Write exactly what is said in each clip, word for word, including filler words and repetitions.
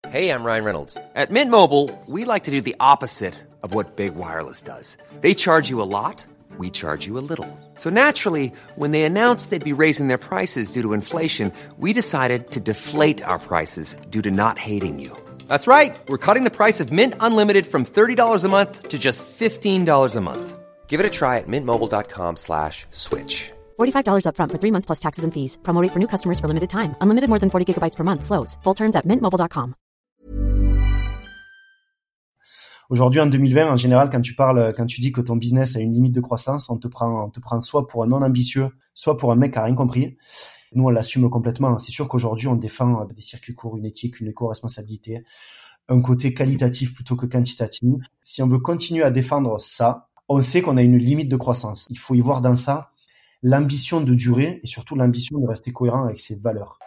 Hey, I'm Ryan Reynolds. At Mint Mobile, we like to do the opposite of what Big Wireless does. They charge you a lot, we charge you a little. So naturally, when they announced they'd be raising their prices due to inflation, we decided to deflate our prices due to not hating you. That's right. We're cutting the price of Mint Unlimited from thirty dollars a month to just fifteen dollars a month. Give it a try at mintmobile.com slash switch. forty-five dollars up front for three months plus taxes and fees. Promo rate for new customers for limited time. Unlimited more than forty gigabytes per month slows. Full terms at mint mobile dot com. Aujourd'hui, en deux mille vingt, en général, quand tu parles, quand tu dis que ton business a une limite de croissance, on te prend, on te prend soit pour un non ambitieux, soit pour un mec qui a rien compris. Nous, on l'assume complètement. C'est sûr qu'aujourd'hui, on défend des circuits courts, une éthique, une éco-responsabilité, un côté qualitatif plutôt que quantitatif. Si on veut continuer à défendre ça, on sait qu'on a une limite de croissance. Il faut y voir dans ça l'ambition de durer et surtout l'ambition de rester cohérent avec ses valeurs.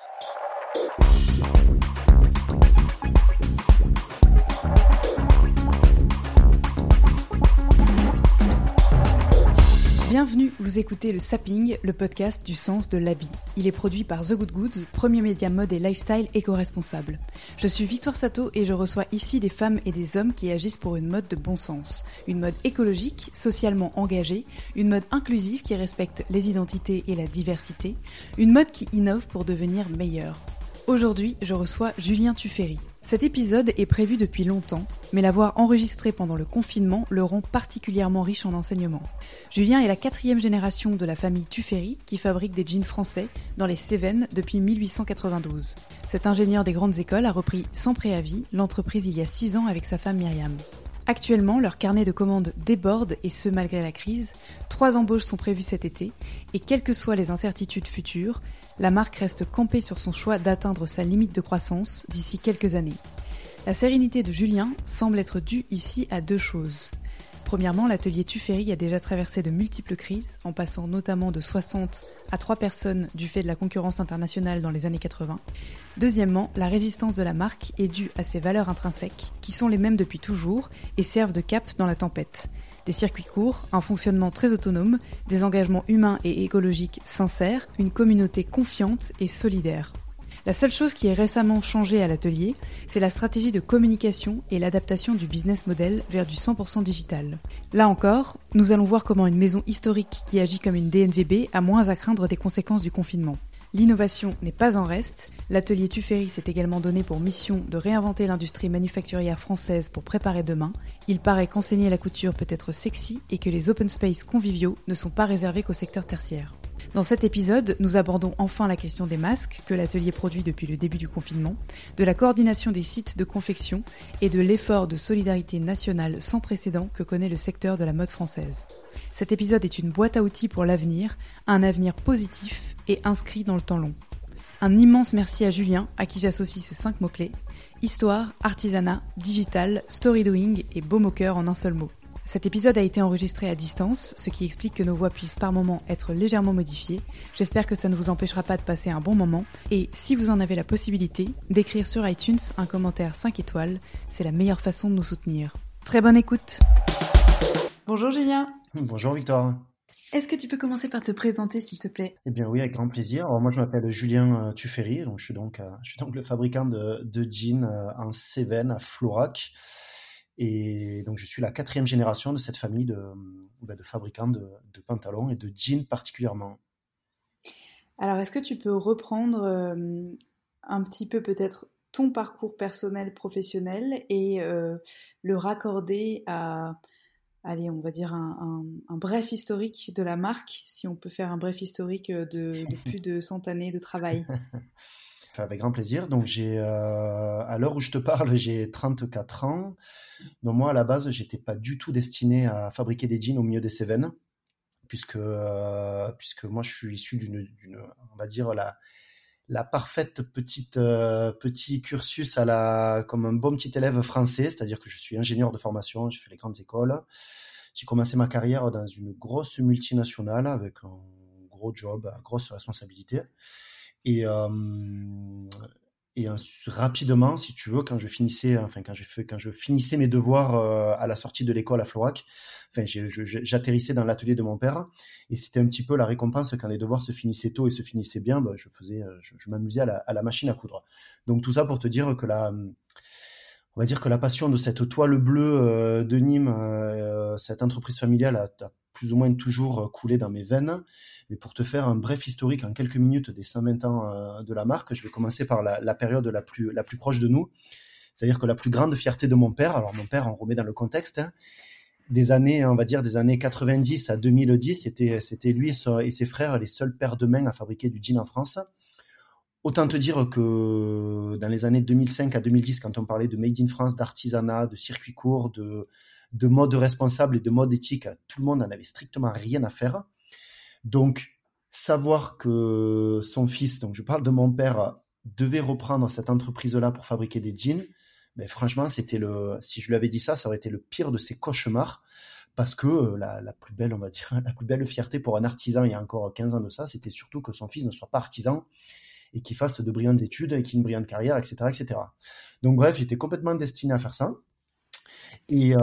Bienvenue, vous écoutez le Sapping, le podcast du sens de l'habit. Il est produit par The Good Goods, premier média mode et lifestyle éco-responsable. Je suis Victoire Sato et je reçois ici des femmes et des hommes qui agissent pour une mode de bon sens. Une mode écologique, socialement engagée, une mode inclusive qui respecte les identités et la diversité, une mode qui innove pour devenir meilleure. Aujourd'hui, je reçois Julien Tuffery. Cet épisode est prévu depuis longtemps, mais l'avoir enregistré pendant le confinement le rend particulièrement riche en enseignements. Julien est la quatrième génération de la famille Tuffery qui fabrique des jeans français dans les Cévennes depuis mille huit cent quatre-vingt-douze. Cet ingénieur des grandes écoles a repris sans préavis l'entreprise il y a six ans avec sa femme Myriam. Actuellement, leur carnet de commandes déborde et ce malgré la crise. Trois embauches sont prévues cet été et quelles que soient les incertitudes futures, la marque reste campée sur son choix d'atteindre sa limite de croissance d'ici quelques années. La sérénité de Julien semble être due ici à deux choses. Premièrement, l'atelier Tuffery a déjà traversé de multiples crises, en passant notamment de soixante à trois personnes du fait de la concurrence internationale dans les années quatre-vingts. Deuxièmement, la résistance de la marque est due à ses valeurs intrinsèques, qui sont les mêmes depuis toujours et servent de cap dans la tempête. Des circuits courts, un fonctionnement très autonome, des engagements humains et écologiques sincères, une communauté confiante et solidaire. La seule chose qui est récemment changée à l'atelier, c'est la stratégie de communication et l'adaptation du business model vers du cent pour cent digital. Là encore, nous allons voir comment une maison historique qui agit comme une D N V B a moins à craindre des conséquences du confinement. L'innovation n'est pas en reste, l'atelier Tuffery s'est également donné pour mission de réinventer l'industrie manufacturière française pour préparer demain. Il paraît qu'enseigner la couture peut être sexy et que les open space conviviaux ne sont pas réservés qu'au secteur tertiaire. Dans cet épisode, nous abordons enfin la question des masques que l'atelier produit depuis le début du confinement, de la coordination des sites de confection et de l'effort de solidarité nationale sans précédent que connaît le secteur de la mode française. Cet épisode est une boîte à outils pour l'avenir, un avenir positif et inscrit dans le temps long. Un immense merci à Julien, à qui j'associe ces cinq mots-clés: histoire, artisanat, digital, story doing et beau moqueur en un seul mot. Cet épisode a été enregistré à distance, ce qui explique que nos voix puissent par moments être légèrement modifiées. J'espère que ça ne vous empêchera pas de passer un bon moment. Et si vous en avez la possibilité, d'écrire sur iTunes un commentaire cinq étoiles, c'est la meilleure façon de nous soutenir. Très bonne écoute. Bonjour Julien. Bonjour Victoire. Est-ce que tu peux commencer par te présenter s'il te plaît ? Eh bien oui, avec grand plaisir. Alors moi je m'appelle Julien Tuffery, donc je suis donc, euh, je suis donc le fabricant de, de jeans euh, en Cévennes à Florac. Et donc, je suis la quatrième génération de cette famille de, de fabricants de, de pantalons et de jeans particulièrement. Alors, est-ce que tu peux reprendre euh, un petit peu peut-être ton parcours personnel, professionnel et euh, le raccorder à, allez, on va dire un, un, un bref historique de la marque, si on peut faire un bref historique de, de plus de cent années de travail. Avec grand plaisir. Donc, j'ai, euh, à l'heure où je te parle, j'ai trente-quatre ans. Donc, moi, à la base, j'étais pas du tout destiné à fabriquer des jeans au milieu des Cévennes, puisque, euh, puisque moi, je suis issu d'une, d'une, on va dire, la, la parfaite petite, euh, petit cursus à la, comme un bon petit élève français, c'est-à-dire que je suis ingénieur de formation, j'ai fait les grandes écoles. J'ai commencé ma carrière dans une grosse multinationale avec un gros job, à grosse responsabilité. Et, euh, et euh, rapidement, si tu veux, quand je finissais, enfin quand je fais, quand je finissais mes devoirs euh, à la sortie de l'école à Florac, enfin je, je, j'atterrissais dans l'atelier de mon père, et c'était un petit peu la récompense quand les devoirs se finissaient tôt et se finissaient bien. Ben, je faisais, je, je m'amusais à la, à la machine à coudre. Donc tout ça pour te dire que la on va dire que la passion de cette toile bleue euh, de Nîmes, euh, cette entreprise familiale a, a plus ou moins toujours coulé dans mes veines. Mais pour te faire un bref historique en quelques minutes des cent vingt ans euh, de la marque, je vais commencer par la, la période la plus, la plus proche de nous. C'est-à-dire que la plus grande fierté de mon père, alors mon père, on remet dans le contexte, hein, des années, on va dire des années quatre-vingt-dix à deux mille dix, c'était, c'était lui et ses frères les seuls paires de mains à fabriquer du jean en France. Autant te dire que dans les années deux mille cinq à deux mille dix, quand on parlait de Made in France, d'artisanat, de circuit court, de, de mode responsable et de mode éthique, tout le monde n'en avait strictement rien à faire. Donc, savoir que son fils, donc je parle de mon père, devait reprendre cette entreprise-là pour fabriquer des jeans, mais franchement, c'était le, si je lui avais dit ça, ça aurait été le pire de ses cauchemars, parce que la, la plus belle, on va dire, la plus belle fierté pour un artisan il y a encore quinze ans de ça, c'était surtout que son fils ne soit pas artisan et qu'il fasse de brillantes études et qu'il ait une brillante carrière, et cetera, et cetera. Donc bref, j'étais complètement destiné à faire ça. Et,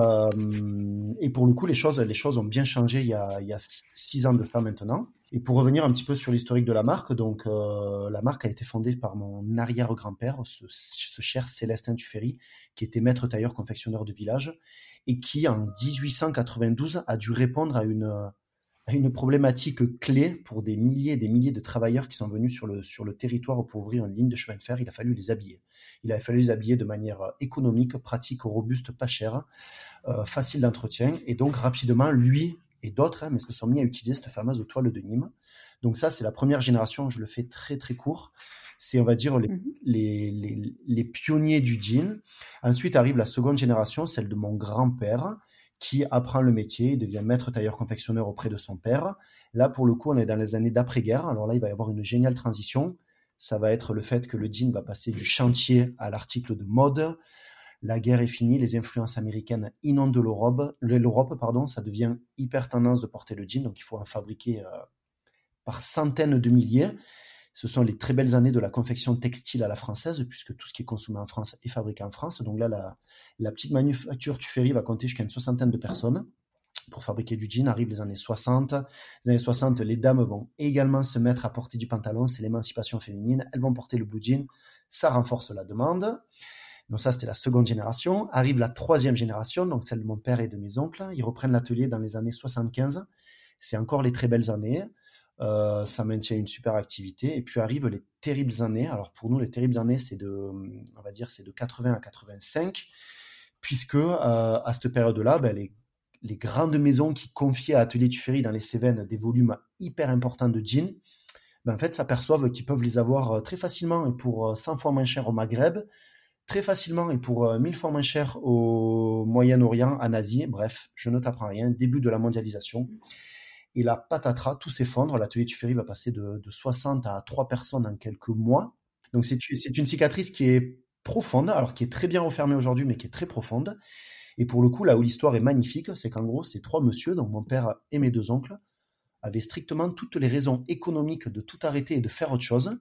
euh, et pour le coup, les choses, les choses ont bien changé il y a, il y a six ans de ça maintenant. Et pour revenir un petit peu sur l'historique de la marque, donc euh, la marque a été fondée par mon arrière-grand-père, ce, ce cher Célestin Tuffery, qui était maître tailleur confectionneur de village et qui, en dix-huit cent quatre-vingt-douze, a dû répondre à une, à une problématique clé pour des milliers et des milliers de travailleurs qui sont venus sur le, sur le territoire pour ouvrir une ligne de chemin de fer. Il a fallu les habiller. Il a fallu les habiller de manière économique, pratique, robuste, pas chère, euh, facile d'entretien. Et donc, rapidement, lui et d'autres hein, mais se sont mis à utiliser cette fameuse toile de Nîmes. Donc ça, c'est la première génération. Je le fais très, très court. C'est, on va dire, les, mm-hmm. les, les, les pionniers du jean. Ensuite arrive la seconde génération, celle de mon grand-père, qui apprend le métier, il devient maître tailleur-confectionneur auprès de son père. Là, pour le coup, on est dans les années d'après-guerre. Alors là, il va y avoir une géniale transition. Ça va être le fait que le jean va passer du chantier à l'article de mode. La guerre est finie, les influences américaines inondent l'Europe, l'Europe pardon, ça devient hyper tendance de porter le jean, donc il faut en fabriquer euh, par centaines de milliers. Ce sont les très belles années de la confection textile à la française, puisque tout ce qui est consommé en France est fabriqué en France. Donc là, la, la petite manufacture Tuffery va compter jusqu'à une soixantaine de personnes pour fabriquer du jean. Arrivent les années soixante. Les années soixante, les dames vont également se mettre à porter du pantalon, c'est l'émancipation féminine. Elles vont porter le blue jean, ça renforce la demande. Donc ça, c'était la seconde génération. Arrive la troisième génération, donc celle de mon père et de mes oncles. Ils reprennent l'atelier dans les années soixante-quinze. C'est encore les très belles années. Euh, ça maintient une super activité. Et puis arrivent les terribles années. Alors pour nous, les terribles années, c'est de, on va dire, c'est de quatre-vingts à quatre-vingt-cinq, puisque euh, à cette période-là, ben, les, les grandes maisons qui confiaient à Atelier Tuffery dans les Cévennes des volumes hyper importants de jeans, ben, en fait, s'aperçoivent qu'ils peuvent les avoir très facilement et pour cent fois moins cher au Maghreb, très facilement et pour euh, mille fois moins cher au Moyen-Orient, en Asie. Bref, je ne t'apprends rien. Début de la mondialisation. Et la patatras, tout s'effondre. L'atelier Tuffery va passer de, de soixante à trois personnes en quelques mois. Donc c'est, c'est une cicatrice qui est profonde, alors qui est très bien refermée aujourd'hui, mais qui est très profonde. Et pour le coup, là où l'histoire est magnifique, c'est qu'en gros, ces trois messieurs, donc mon père et mes deux oncles, avaient strictement toutes les raisons économiques de tout arrêter et de faire autre chose.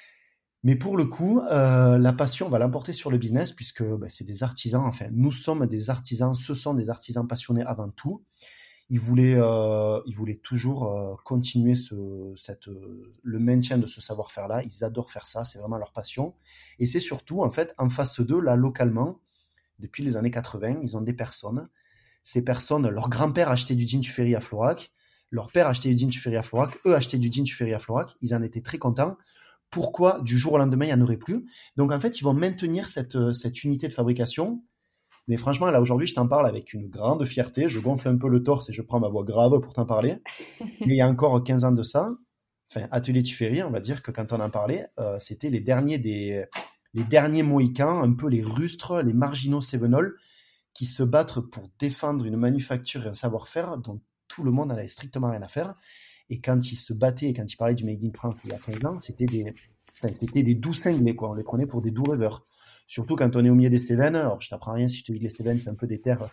Mais pour le coup, euh, la passion va l'emporter sur le business puisque bah, c'est des artisans. Enfin, nous sommes des artisans. Ce sont des artisans passionnés avant tout. Ils voulaient, euh, ils voulaient toujours euh, continuer ce, cette, euh, le maintien de ce savoir-faire-là. Ils adorent faire ça. C'est vraiment leur passion. Et c'est surtout, en fait, en face d'eux, là, localement, depuis les années quatre-vingts, ils ont des personnes. Ces personnes, leur grand-père achetait du jean Tuffery à Florac. Leur père achetait du jean Tuffery à Florac. Eux achetaient du jean Tuffery à Florac. Ils en étaient très contents. Pourquoi du jour au lendemain, il n'y en aurait plus? Donc, en fait, ils vont maintenir cette, cette unité de fabrication. Mais franchement, là, aujourd'hui, je t'en parle avec une grande fierté. Je gonfle un peu le torse et je prends ma voix grave pour t'en parler. Mais il y a encore quinze ans de ça, enfin, Atelier Tuffery, on va dire que quand on en parlait, euh, c'était les derniers des, les derniers Mohicans, un peu les rustres, les marginaux cévenols, qui se battent pour défendre une manufacture et un savoir-faire dont tout le monde n'avait strictement rien à faire. Et quand ils se battaient et quand ils parlaient du Made in France il y a quinze ans, c'était des, enfin, c'était des doux cinglés, quoi. On les prenait pour des doux rêveurs. Surtout quand on est au milieu des Cévennes. Alors, je t'apprends rien si je te dis que les Cévennes, c'est un peu des terres,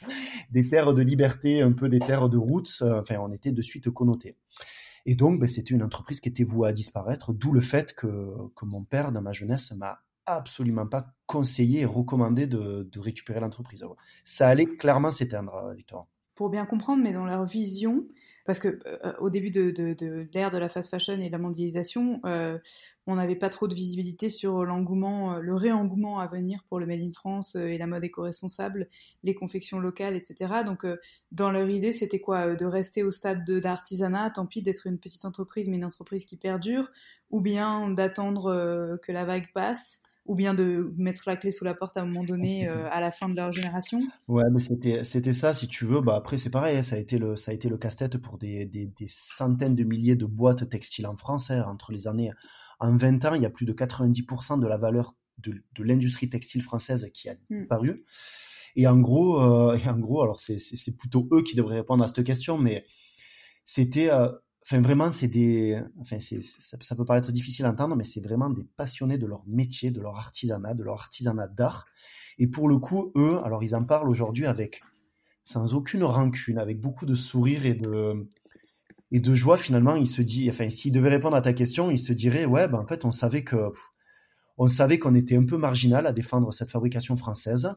des terres de liberté, un peu des terres de roots. Enfin, on était de suite connotés. Et donc, ben, c'était une entreprise qui était vouée à disparaître, d'où le fait que, que mon père, dans ma jeunesse, m'a absolument pas conseillé et recommandé de, de récupérer l'entreprise. Ça allait clairement s'éteindre, Victor. Pour bien comprendre, mais dans leur vision, parce que euh, au début de, de, de l'ère de la fast fashion et de la mondialisation, euh, on n'avait pas trop de visibilité sur l'engouement, le réengouement à venir pour le Made in France et la mode éco-responsable, les confections locales, et cetera. Donc, euh, dans leur idée, c'était quoi ? De rester au stade de, d'artisanat, tant pis d'être une petite entreprise, mais une entreprise qui perdure, ou bien d'attendre euh, que la vague passe, ou bien de mettre la clé sous la porte à un moment donné, euh, à la fin de leur génération. Ouais, mais c'était c'était ça, si tu veux. Bah après, c'est pareil, hein, ça a été le ça a été le casse-tête pour des, des, des centaines de milliers de boîtes textiles en France, hein, entre les années. En vingt ans, il y a plus de quatre-vingt-dix pour cent de la valeur de, de l'industrie textile française qui a disparu. Mm. Et en gros, euh, et en gros, alors c'est, c'est c'est plutôt eux qui devraient répondre à cette question, mais c'était euh, Enfin, vraiment, c'est des. Enfin, c'est, ça, ça peut paraître difficile à entendre, mais c'est vraiment des passionnés de leur métier, de leur artisanat, de leur artisanat d'art. Et pour le coup, eux, alors ils en parlent aujourd'hui avec, sans aucune rancune, avec beaucoup de sourire et de, et de joie. Finalement, ils se disent, enfin, s'ils devaient répondre à ta question, ils se diraient, ouais, ben en fait, on savait que, on savait qu'on était un peu marginal à défendre cette fabrication française.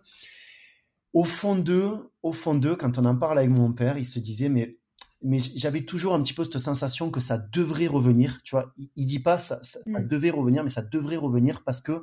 Au fond d'eux, au fond d'eux, quand on en parle avec mon père, il se disait, mais mais j'avais toujours un petit peu cette sensation que ça devrait revenir, tu vois. Il, il dit pas ça, ça, mm. ça devait revenir, mais ça devrait revenir parce que,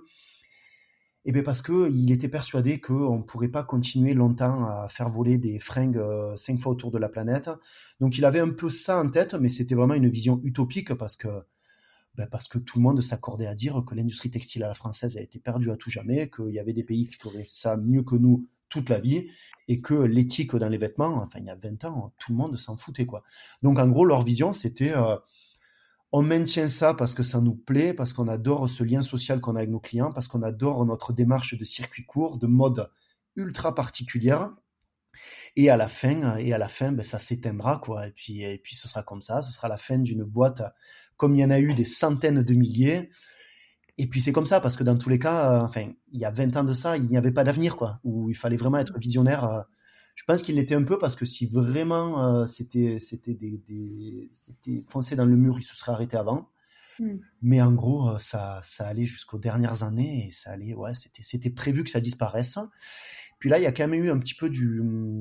eh bien parce que il était persuadé qu'on ne pourrait pas continuer longtemps à faire voler des fringues euh, cinq fois autour de la planète. Donc il avait un peu ça en tête, mais c'était vraiment une vision utopique parce que, ben parce que tout le monde s'accordait à dire que l'industrie textile à la française a été perdue à tout jamais, qu'il y avait des pays qui feraient ça mieux que nous toute la vie, et que l'éthique dans les vêtements, enfin il y a vingt ans, tout le monde s'en foutait, quoi. Donc en gros, leur vision, c'était euh, on maintient ça parce que ça nous plaît, parce qu'on adore ce lien social qu'on a avec nos clients, parce qu'on adore notre démarche de circuit court, de mode ultra particulière, et à la fin, et à la fin, ben, ça s'éteindra, quoi. Et puis, et puis ce sera comme ça, ce sera la fin d'une boîte, comme il y en a eu des centaines de milliers. Et puis c'est comme ça, parce que dans tous les cas, euh, enfin, il y a vingt ans de ça, il n'y avait pas d'avenir, quoi, où il fallait vraiment être visionnaire. Euh, je pense qu'il l'était un peu, parce que si vraiment euh, c'était, c'était, des, des, c'était foncé dans le mur, il se serait arrêté avant. Mm. Mais en gros, euh, ça, ça allait jusqu'aux dernières années, et ça allait, ouais, c'était, c'était prévu que ça disparaisse. Puis là, il y a quand même eu un petit peu du,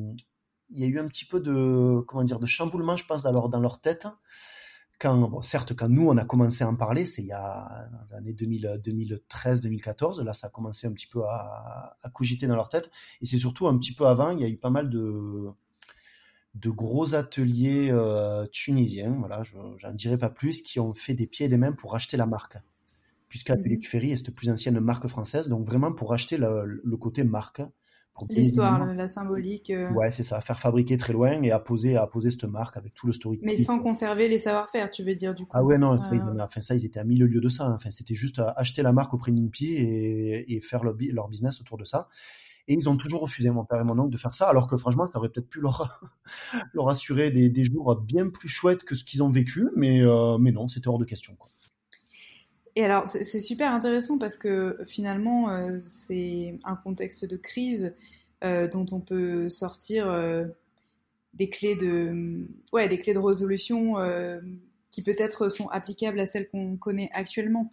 il y a eu un petit peu de, comment dire, de chamboulement, je pense, dans leur, dans leur tête. Quand, bon, certes, quand nous, on a commencé à en parler, c'est il y a l'année deux mille, deux mille treize deux mille quatorze, là, ça a commencé un petit peu à, à cogiter dans leur tête. Et c'est surtout un petit peu avant, il y a eu pas mal de, de gros ateliers euh, tunisiens, voilà, je n'en dirai pas plus, qui ont fait des pieds et des mains pour racheter la marque. Puisqu'Atelier Ferry est cette plus ancienne marque française, donc vraiment pour racheter le, le côté marque. L'histoire, le, la symbolique. Euh... Ouais, c'est ça, faire fabriquer très loin et apposer, apposer cette marque avec tout le storytelling. Mais sans conserver les savoir-faire, tu veux dire, du coup. Ah ouais, non, euh... enfin, ça, ils étaient à mille lieues de ça. Enfin, c'était juste acheter la marque au prix d'une pied et, et faire le, leur business autour de ça. Et ils ont toujours refusé, mon père et mon oncle, de faire ça, alors que franchement, ça aurait peut-être pu leur, leur assurer des, des jours bien plus chouettes que ce qu'ils ont vécu, mais, euh, mais non, c'était hors de question, quoi. Et alors, c'est, c'est super intéressant parce que finalement, euh, c'est un contexte de crise euh, dont on peut sortir euh, des clés de, ouais, des clés de résolution euh, qui peut-être sont applicables à celles qu'on connaît actuellement.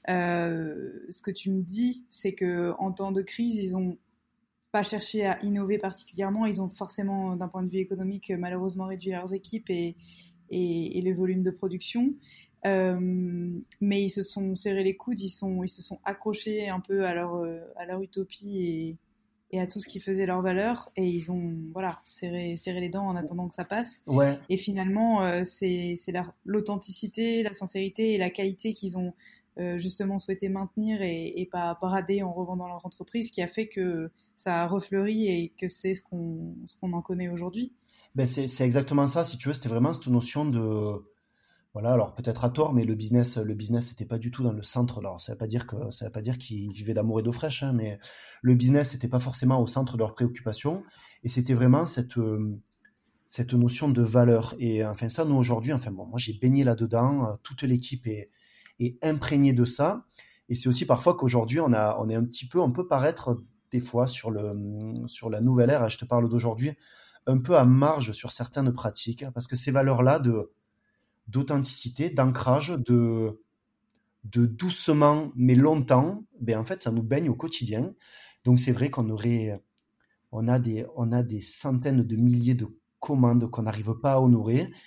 Euh, ce que tu me dis, c'est que en temps de crise, ils ont pas cherché à innover particulièrement. Ils ont forcément, d'un point de vue économique, malheureusement réduit leurs équipes et, et, et le volume de production. Euh, mais ils se sont serrés les coudes, ils, sont, ils se sont accrochés un peu à leur, euh, à leur utopie et, et à tout ce qui faisait leur valeur, et ils ont voilà, serré, serré les dents en attendant que ça passe. Ouais. Et finalement, euh, c'est, c'est la, l'authenticité, la sincérité et la qualité qu'ils ont euh, justement souhaité maintenir et, et pas brader en revendant leur entreprise qui a fait que ça a refleuri et que c'est ce qu'on, ce qu'on en connaît aujourd'hui. Ben c'est, c'est exactement ça, si tu veux, c'était vraiment cette notion de... Voilà, alors peut-être à tort, mais le business, le business n'était pas du tout dans le centre. Alors ça ne veut pas dire que ça veut pas dire qu'ils vivaient d'amour et d'eau fraîche, hein, mais le business n'était pas forcément au centre de leurs préoccupations, et c'était vraiment cette euh, cette notion de valeur. Et enfin ça, nous aujourd'hui, enfin bon, moi j'ai baigné là-dedans, euh, toute l'équipe est est imprégnée de ça, et c'est aussi parfois qu'aujourd'hui on a on est un petit peu, on peut paraître des fois sur le sur la nouvelle ère. Je te parle d'aujourd'hui, un peu à marge sur certaines pratiques, parce que ces valeurs-là de d'authenticité, d'ancrage, de, de doucement mais longtemps, ben en fait, ça nous baigne au quotidien. Donc c'est vrai qu'on aurait, on a des, on a des centaines de milliers de commandes qu'on n'arrive pas à honorer.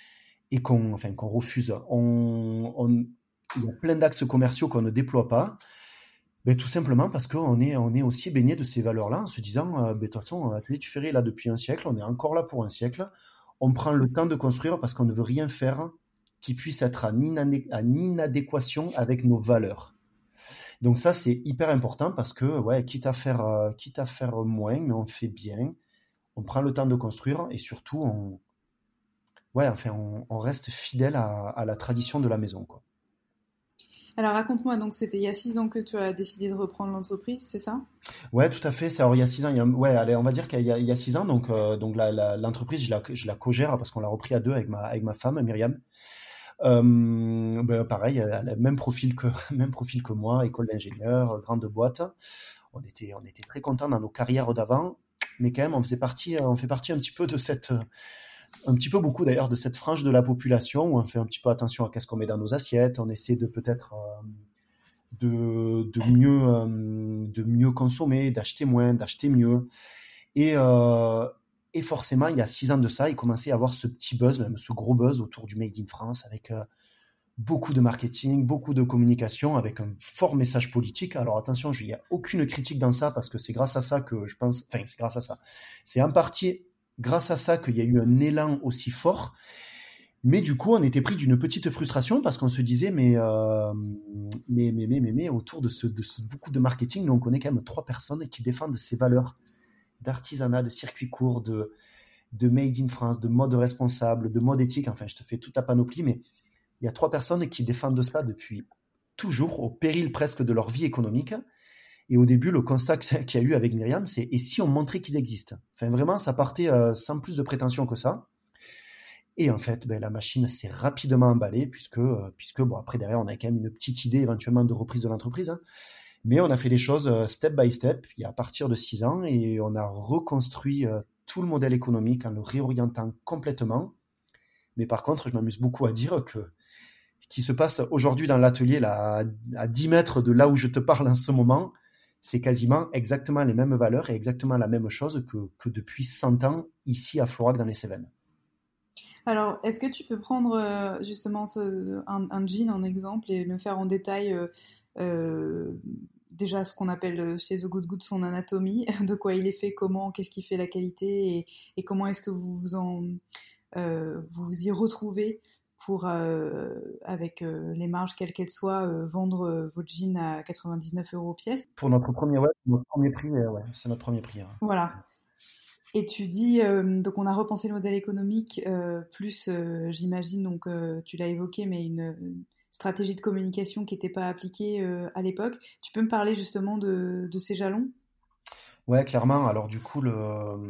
et qu'on, enfin, qu'on refuse. On, on, il y a plein d'axes commerciaux qu'on ne déploie pas. Ben, tout simplement parce qu'on est, on est aussi baigné de ces valeurs-là, en se disant, euh, ben, de toute façon, Atelier Tuffery est là depuis un siècle, on est encore là pour un siècle, on prend le temps de construire parce qu'on ne veut rien faire qui puisse être en, inadé- en inadéquation avec nos valeurs. Donc ça, c'est hyper important parce que, ouais, quitte à faire, euh, quitte à faire moins, mais on fait bien, on prend le temps de construire et surtout, on, ouais, enfin, on, on reste fidèle à, à la tradition de la maison, quoi. Alors raconte-moi, donc c'était il y a six ans que tu as décidé de reprendre l'entreprise, c'est ça? Ouais, tout à fait. C'est, alors, il y a six ans, il y a, ouais, allez, on va dire qu'il y a, il y a six ans, donc, euh, donc la, la- l'entreprise, je la, je la co-gère parce qu'on l'a repris à deux avec ma, avec ma femme, Myriam. Euh, ben, pareil, elle a le même profil que, même profil que moi, école d'ingénieur, grande boîte. On était, on était très contents dans nos carrières d'avant, mais quand même, on faisait partie, on fait partie un petit peu de cette, un petit peu beaucoup d'ailleurs de cette frange de la population où on fait un petit peu attention à qu'est-ce qu'on met dans nos assiettes, on essaie de peut-être euh, de, de mieux, euh, de mieux consommer, d'acheter moins, d'acheter mieux. Et, euh, et forcément, il y a six ans de ça, il commençait à y avoir ce petit buzz, même ce gros buzz autour du Made in France avec euh, beaucoup de marketing, beaucoup de communication, avec un fort message politique. Alors attention, il n'y a aucune critique dans ça parce que c'est grâce à ça que je pense, enfin c'est grâce à ça, c'est en partie grâce à ça qu'il y a eu un élan aussi fort. Mais du coup, on était pris d'une petite frustration parce qu'on se disait, mais, euh, mais, mais, mais, mais, mais, autour de ce, de ce beaucoup de marketing, nous, on connaît quand même trois personnes qui défendent ces valeurs d'artisanat, de circuit court, de, de made in France, de mode responsable, de mode éthique. Enfin, je te fais toute la panoplie, mais il y a trois personnes qui défendent ça depuis toujours, au péril presque de leur vie économique. Et au début, le constat qu'il y a eu avec Myriam, c'est « et si on montrait qu'ils existent ?» Enfin, vraiment, ça partait euh, sans plus de prétention que ça. Et en fait, ben, la machine s'est rapidement emballée, puisque, euh, puisque bon, après, derrière, on a quand même une petite idée éventuellement de reprise de l'entreprise. Hein. Mais on a fait les choses euh, step by step, il y a à partir de six ans, et on a reconstruit euh, tout le modèle économique en le réorientant complètement. Mais par contre, je m'amuse beaucoup à dire que ce qui se passe aujourd'hui dans l'atelier, là, à, à dix mètres de là où je te parle en ce moment, c'est quasiment exactement les mêmes valeurs et exactement la même chose que, que depuis cent ans ici à Florac dans les Cévennes. Alors, est-ce que tu peux prendre euh, justement ce, un, un jean en exemple et le faire en détail euh, euh, déjà ce qu'on appelle chez The Good Good son anatomie, de quoi il est fait, comment, qu'est-ce qui fait la qualité et, et comment est-ce que vous vous, en, euh, vous, vous y retrouvez pour, euh, avec euh, les marges quelles qu'elles soient, euh, vendre euh, vos jeans à quatre-vingt-dix-neuf euros pièce. Pour notre premier, ouais, notre premier prix, euh, ouais, c'est notre premier prix. Hein. Voilà. Et tu dis, euh, donc on a repensé le modèle économique, euh, plus euh, j'imagine, donc euh, tu l'as évoqué, mais une, une stratégie de communication qui n'était pas appliquée euh, à l'époque. Tu peux me parler justement de, de ces jalons ? Ouais, clairement. Alors du coup, le,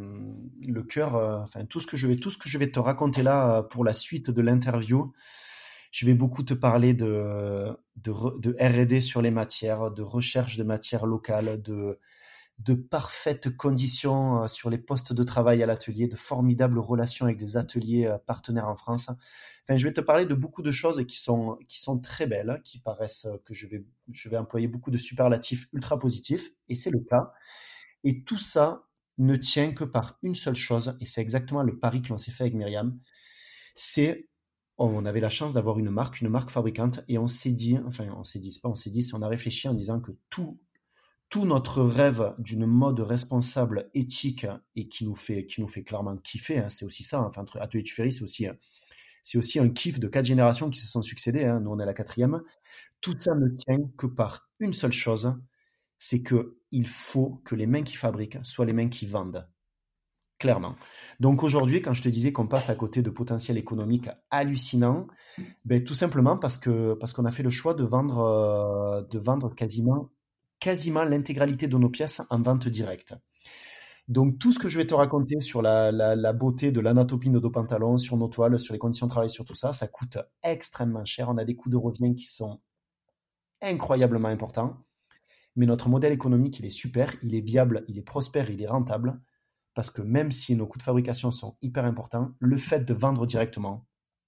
le cœur, euh, enfin tout ce que je vais, tout ce que je vais te raconter là euh, pour la suite de l'interview, je vais beaucoup te parler de, de, de R et D sur les matières, de recherche de matières locales, de de parfaites conditions sur les postes de travail à l'atelier, de formidables relations avec des ateliers partenaires en France. Enfin, je vais te parler de beaucoup de choses qui sont, qui sont très belles, qui paraissent que je vais, je vais employer beaucoup de superlatifs ultra positifs, et c'est le cas. Et tout ça ne tient que par une seule chose, et c'est exactement le pari que l'on s'est fait avec Myriam, c'est on avait la chance d'avoir une marque, une marque fabricante, et on s'est dit, enfin on s'est dit, c'est pas on s'est dit, c'est on a réfléchi en disant que tout Tout notre rêve d'une mode responsable, éthique et qui nous fait, qui nous fait clairement kiffer, hein, c'est aussi ça. Hein, enfin, Atelier Tuffery, c'est aussi, c'est aussi un kiff de quatre générations qui se sont succédées. Hein, nous, on est la quatrième. Tout ça ne tient que par une seule chose, c'est que il faut que les mains qui fabriquent soient les mains qui vendent. Clairement. Donc aujourd'hui, quand je te disais qu'on passe à côté de potentiel économique hallucinant, ben, tout simplement parce que parce qu'on a fait le choix de vendre, euh, de vendre quasiment quasiment l'intégralité de nos pièces en vente directe. Donc tout ce que je vais te raconter sur la, la, la beauté de l'anatomie de nos pantalons, sur nos toiles, sur les conditions de travail, sur tout ça, ça coûte extrêmement cher. On a des coûts de revient qui sont incroyablement importants. Mais notre modèle économique, il est super, il est viable, il est prospère, il est rentable. Parce que même si nos coûts de fabrication sont hyper importants, le fait de vendre directement,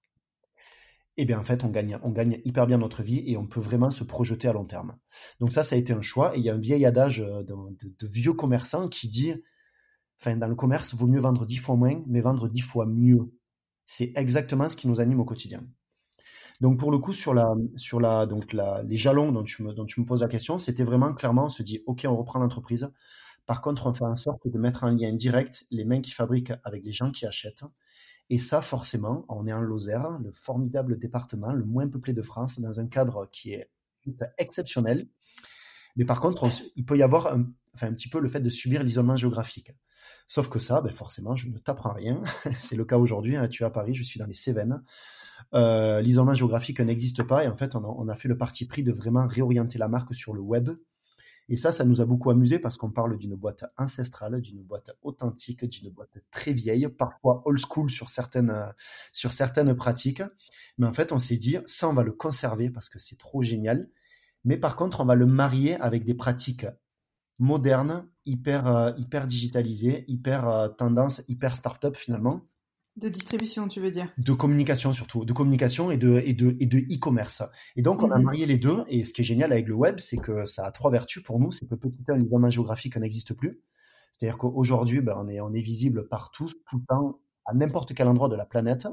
eh bien en fait on gagne, on gagne hyper bien notre vie et on peut vraiment se projeter à long terme. Donc ça, ça a été un choix. Et il y a un vieil adage de, de, de vieux commerçants qui dit, enfin dans le commerce, il vaut mieux vendre dix fois moins, mais vendre dix fois mieux. C'est exactement ce qui nous anime au quotidien. Donc pour le coup, sur la, sur la, donc la, les jalons dont tu me, dont tu me poses la question, c'était vraiment clairement, on se dit, OK, on reprend l'entreprise. Par contre, on fait en sorte de mettre en lien direct les mains qui fabriquent avec les gens qui achètent. Et ça, forcément, on est en Lozère, le formidable département, le moins peuplé de France, dans un cadre qui est exceptionnel. Mais par contre, on, il peut y avoir un, enfin, un petit peu le fait de subir l'isolement géographique. Sauf que ça, ben forcément, je ne t'apprends rien. C'est le cas aujourd'hui. Hein, tu es à Paris, je suis dans les Cévennes. Euh, l'isolement géographique n'existe pas. Et en fait, on a, on a fait le parti pris de vraiment réorienter la marque sur le web. Et ça, ça nous a beaucoup amusé parce qu'on parle d'une boîte ancestrale, d'une boîte authentique, d'une boîte très vieille, parfois old school sur certaines, sur certaines pratiques. Mais en fait, on s'est dit, ça, on va le conserver parce que c'est trop génial. Mais par contre, on va le marier avec des pratiques modernes, hyper, euh, hyper digitalisées, hyper euh, tendance, hyper start-up finalement. De distribution, tu veux dire? De communication surtout, de communication et de, et de, et de e-commerce. Et donc, on a marié les deux. Et ce qui est génial avec le web, c'est que ça a trois vertus pour nous. C'est que petit un, l'isolement géographique n'existe plus. C'est-à-dire qu'aujourd'hui, ben, on est, on est visible partout, tout le temps, à n'importe quel endroit de la planète.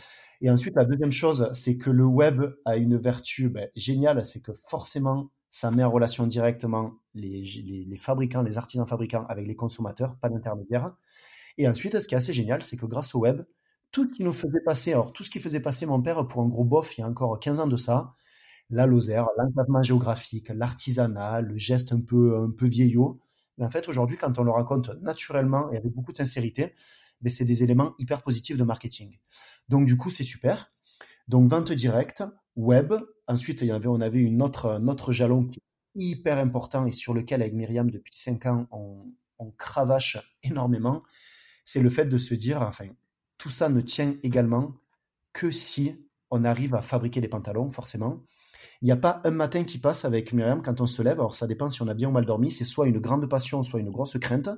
Et ensuite, la deuxième chose, c'est que le web a une vertu ben, géniale, c'est que forcément, ça met en relation directement les, les, les fabricants, les artisans fabricants avec les consommateurs, pas d'intermédiaire. Et ensuite, ce qui est assez génial, c'est que grâce au web, tout ce qui nous faisait passer, alors tout ce qui faisait passer mon père pour un gros bof il y a encore quinze ans de ça, la Lozère, l'enclavement géographique, l'artisanat, le geste un peu, un peu vieillot, mais en fait, aujourd'hui, quand on le raconte naturellement et avec beaucoup de sincérité, ben, c'est des éléments hyper positifs de marketing. Donc, du coup, c'est super. Donc, vente directe, web. Ensuite, il y avait, on avait une autre, un autre jalon qui est hyper important et sur lequel, avec Myriam, depuis cinq ans, on, on cravache énormément. C'est le fait de se dire, enfin, tout ça ne tient également que si on arrive à fabriquer des pantalons, forcément. Il n'y a pas un matin qui passe avec Myriam quand on se lève. Alors, ça dépend si on a bien ou mal dormi. C'est soit une grande passion, soit une grosse crainte.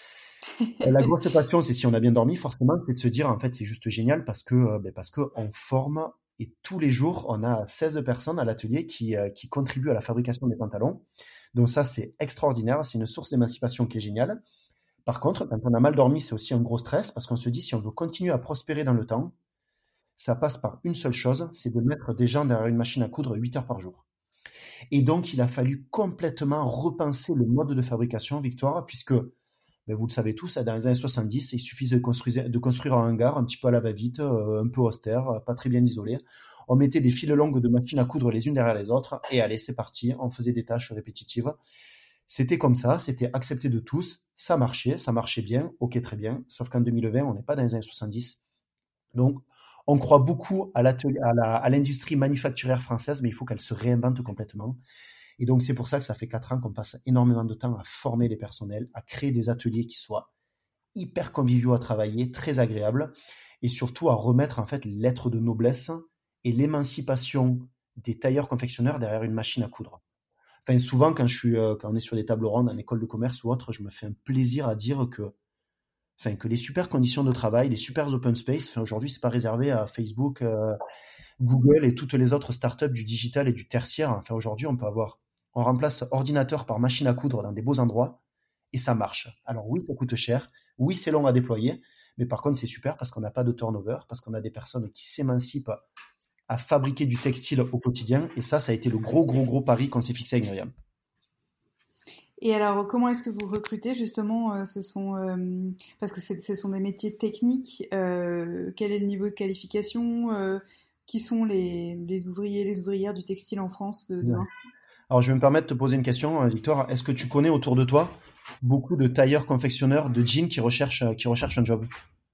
La grosse passion, c'est si on a bien dormi, forcément, c'est de se dire, en fait, c'est juste génial parce que, euh, ben, parce qu'on forme et tous les jours, on a seize personnes à l'atelier qui, euh, qui contribuent à la fabrication des pantalons. Donc ça, c'est extraordinaire. C'est une source d'émancipation qui est géniale. Par contre, quand on a mal dormi, c'est aussi un gros stress parce qu'on se dit, si on veut continuer à prospérer dans le temps, ça passe par une seule chose, c'est de mettre des gens derrière une machine à coudre huit heures par jour. Et donc, il a fallu complètement repenser le mode de fabrication, Victoire, puisque, ben, vous le savez tous, dans les années soixante-dix, il suffisait de construire, de construire un hangar un petit peu à la va-vite, un peu austère, pas très bien isolé. On mettait des files longues de machines à coudre les unes derrière les autres, et allez, c'est parti, on faisait des tâches répétitives. C'était comme ça, c'était accepté de tous, ça marchait, ça marchait bien, ok, très bien, sauf qu'en deux mille vingt, on n'est pas dans les années soixante-dix. Donc, on croit beaucoup à, à, la, à l'industrie manufacturière française, mais il faut qu'elle se réinvente complètement. Et donc, c'est pour ça que ça fait quatre ans qu'on passe énormément de temps à former les personnels, à créer des ateliers qui soient hyper conviviaux à travailler, très agréables, et surtout à remettre en fait les lettres de noblesse et l'émancipation des tailleurs-confectionneurs derrière une machine à coudre. Enfin, souvent, quand, je suis, euh, quand on est sur des tables rondes en école de commerce ou autre, je me fais un plaisir à dire que, enfin, que les super conditions de travail, les super open space, enfin, aujourd'hui, c'est pas réservé à Facebook, euh, Google et toutes les autres startups du digital et du tertiaire. Enfin, aujourd'hui, on peut avoir, on remplace ordinateur par machine à coudre dans des beaux endroits et ça marche. Alors oui, ça coûte cher. Oui, c'est long à déployer. Mais par contre, c'est super parce qu'on n'a pas de turnover, parce qu'on a des personnes qui s'émancipent à fabriquer du textile au quotidien. Et ça, ça a été le gros, gros, gros pari qu'on s'est fixé avec Myriam. Et alors, comment est-ce que vous recrutez justement euh, ce sont, euh, parce que ce sont des métiers techniques. Euh, quel est le niveau de qualification euh, Qui sont les, les ouvriers, les ouvrières du textile en France de demain? Alors, je vais me permettre de te poser une question, Victoire. Est-ce que tu connais autour de toi beaucoup de tailleurs-confectionneurs de jeans qui recherchent, qui recherchent un job?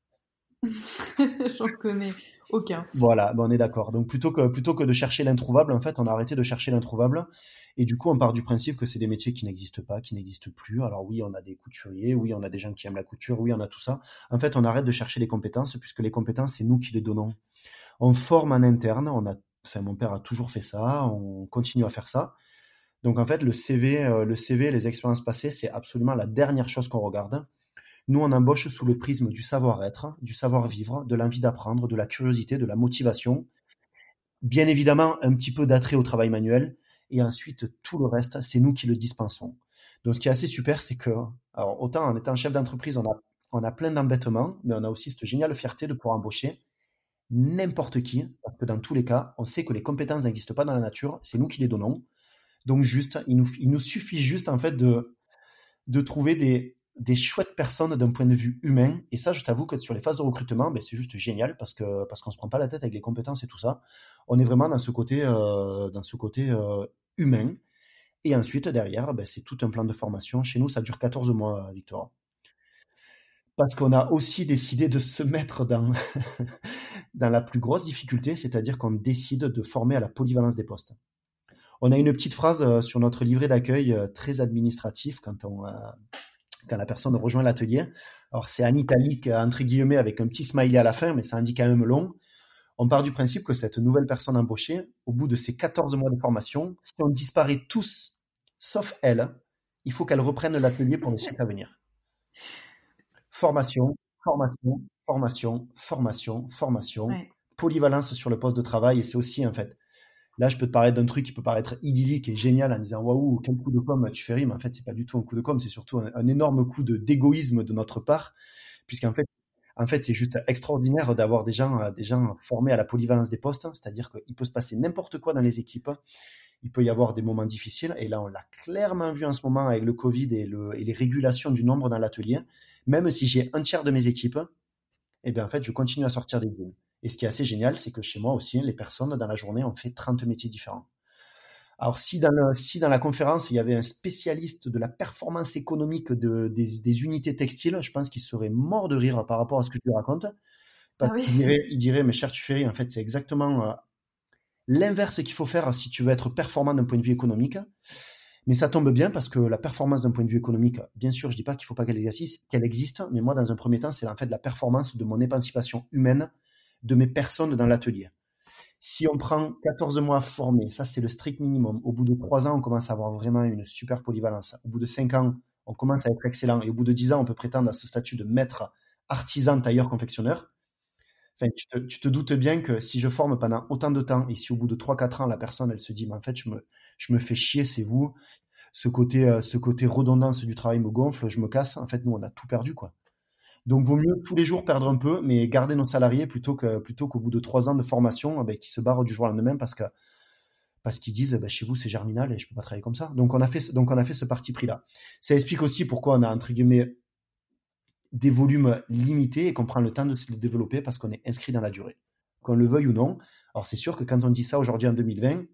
J'en connais aucun. Voilà, ben on est d'accord. Donc plutôt que, plutôt que de chercher l'introuvable, en fait, on a arrêté de chercher l'introuvable. Et du coup, on part du principe que c'est des métiers qui n'existent pas, qui n'existent plus. Alors oui, on a des couturiers, oui, on a des gens qui aiment la couture, oui, on a tout ça. En fait, on arrête de chercher les compétences, puisque les compétences, c'est nous qui les donnons. On forme en interne, on a, enfin, mon père a toujours fait ça, on continue à faire ça. Donc en fait, le C V, euh, le C V, les expériences passées, c'est absolument la dernière chose qu'on regarde. Nous, on embauche sous le prisme du savoir-être, du savoir-vivre, de l'envie d'apprendre, de la curiosité, de la motivation. Bien évidemment, un petit peu d'attrait au travail manuel. Et ensuite, tout le reste, c'est nous qui le dispensons. Donc, ce qui est assez super, c'est que, alors, autant en étant chef d'entreprise, on a, on a plein d'embêtements, mais on a aussi cette géniale fierté de pouvoir embaucher n'importe qui, parce que dans tous les cas, on sait que les compétences n'existent pas dans la nature, c'est nous qui les donnons. Donc juste, il nous, il nous suffit juste en fait de, de trouver des, des chouettes personnes d'un point de vue humain. Et ça, je t'avoue que sur les phases de recrutement, ben, c'est juste génial parce que parce qu'on se prend pas la tête avec les compétences et tout ça. On est vraiment dans ce côté, euh, dans ce côté euh, humain. Et ensuite, derrière, ben, c'est tout un plan de formation. Chez nous, ça dure quatorze mois, Victor. Parce qu'on a aussi décidé de se mettre dans, dans la plus grosse difficulté, c'est-à-dire qu'on décide de former à la polyvalence des postes. On a une petite phrase sur notre livret d'accueil très administratif quand, on, quand la personne rejoint l'atelier. Alors, c'est en italique, entre guillemets, avec un petit smiley à la fin, mais ça indique quand même long. On part du principe que cette nouvelle personne embauchée, au bout de ses quatorze mois de formation, si on disparaît tous, sauf elle, il faut qu'elle reprenne l'atelier pour le siècle à venir. Formation, formation, formation, formation, formation, ouais. Polyvalence sur le poste de travail. Et c'est aussi, en fait, là, je peux te parler d'un truc qui peut paraître idyllique et génial en disant waouh, quel coup de com' tu fais rire, mais en fait, c'est pas du tout un coup de com', c'est surtout un, un énorme coup de, d'égoïsme de notre part, puisqu'en fait, en fait, c'est juste extraordinaire d'avoir des gens, des gens formés à la polyvalence des postes, c'est-à-dire qu'il peut se passer n'importe quoi dans les équipes. Il peut y avoir des moments difficiles, et là on l'a clairement vu en ce moment avec le Covid et, le, et les régulations du nombre dans l'atelier. Même si j'ai un tiers de mes équipes, eh bien en fait je continue à sortir des deals. Et ce qui est assez génial, c'est que chez moi aussi, les personnes dans la journée ont fait trente métiers différents. Alors si dans, le, si dans la conférence il y avait un spécialiste de la performance économique de, des, des unités textiles, je pense qu'il serait mort de rire par rapport à ce que je lui raconte. Parce ah oui. qu'il dirait, il dirait, mais cher Tuffery, en fait c'est exactement... Euh, l'inverse qu'il faut faire si tu veux être performant d'un point de vue économique. Mais ça tombe bien parce que la performance d'un point de vue économique, bien sûr, je dis pas qu'il faut pas qu'elle existe, qu'elle existe, mais moi, dans un premier temps, c'est en fait la performance de mon émancipation humaine, de mes personnes dans l'atelier. Si on prend quatorze mois à former, ça c'est le strict minimum. Au bout de trois ans, on commence à avoir vraiment une super polyvalence. Au bout de cinq ans, on commence à être excellent. Et au bout de dix ans, on peut prétendre à ce statut de maître artisan tailleur confectionneur. Enfin, tu te, tu te doutes bien que si je forme pendant autant de temps et si au bout de trois quatre ans, la personne, elle se dit, mais en fait, je me, je me fais chier, c'est vous. Ce côté, euh, ce côté redondance du travail me gonfle, je me casse. En fait, nous, on a tout perdu, quoi. Donc, vaut mieux tous les jours perdre un peu, mais garder nos salariés plutôt que, plutôt qu'au bout de trois ans de formation, ben, qui se barrent du jour au lendemain parce que, parce qu'ils disent, ben, chez vous, c'est Germinal et je peux pas travailler comme ça. Donc, on a fait, donc, on a fait ce parti pris-là. Ça explique aussi pourquoi on a, entre guillemets, des volumes limités et qu'on prend le temps de se les développer parce qu'on est inscrit dans la durée, qu'on le veuille ou non. Alors c'est sûr que quand on dit ça aujourd'hui en deux mille vingt,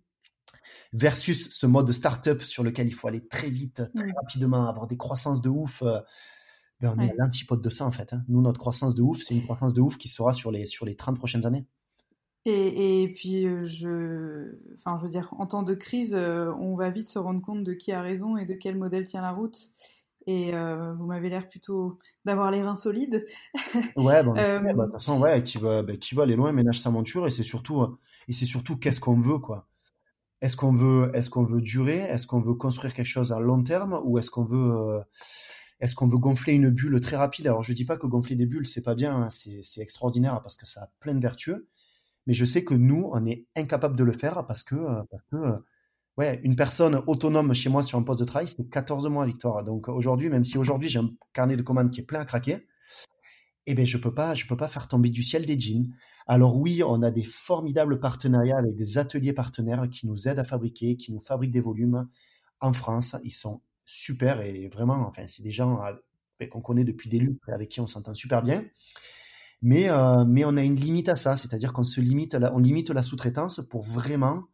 versus ce mode start-up sur lequel il faut aller très vite, très mmh. rapidement, avoir des croissances de ouf, euh, ben on ouais. est à l'antipode de ça en fait. Hein. Nous, notre croissance de ouf, c'est une croissance de ouf qui sera sur les, sur les trente prochaines années. Et, et puis, je, enfin, je veux dire, en temps de crise, on va vite se rendre compte de qui a raison et de quel modèle tient la route. Et euh, vous m'avez l'air plutôt d'avoir les reins solides. Ouais, bon, euh... bah, de toute façon, ouais, qui va, bah, qui va aller loin, ménage sa monture, et c'est surtout, et c'est surtout qu'est-ce qu'on veut, quoi. Est-ce qu'on veut, est-ce qu'on veut durer, est-ce qu'on veut construire quelque chose à long terme, ou est-ce qu'on veut, euh, est-ce qu'on veut gonfler une bulle très rapide? Alors, je dis pas que gonfler des bulles, c'est pas bien, hein, c'est, c'est extraordinaire parce que ça a plein de vertus, mais je sais que nous, on est incapable de le faire parce que, parce que ouais, une personne autonome chez moi sur un poste de travail, c'est quatorze mois, Victoire. Donc aujourd'hui, même si aujourd'hui j'ai un carnet de commandes qui est plein à craquer, eh ben je peux pas, je peux pas faire tomber du ciel des jeans. Alors oui, on a des formidables partenariats avec des ateliers partenaires qui nous aident à fabriquer, qui nous fabriquent des volumes en France. Ils sont super et vraiment, enfin, c'est des gens qu'on connaît depuis des lustres et avec qui on s'entend super bien. Mais euh, mais on a une limite à ça, c'est-à-dire qu'on se limite, à la, on limite la sous-traitance pour vraiment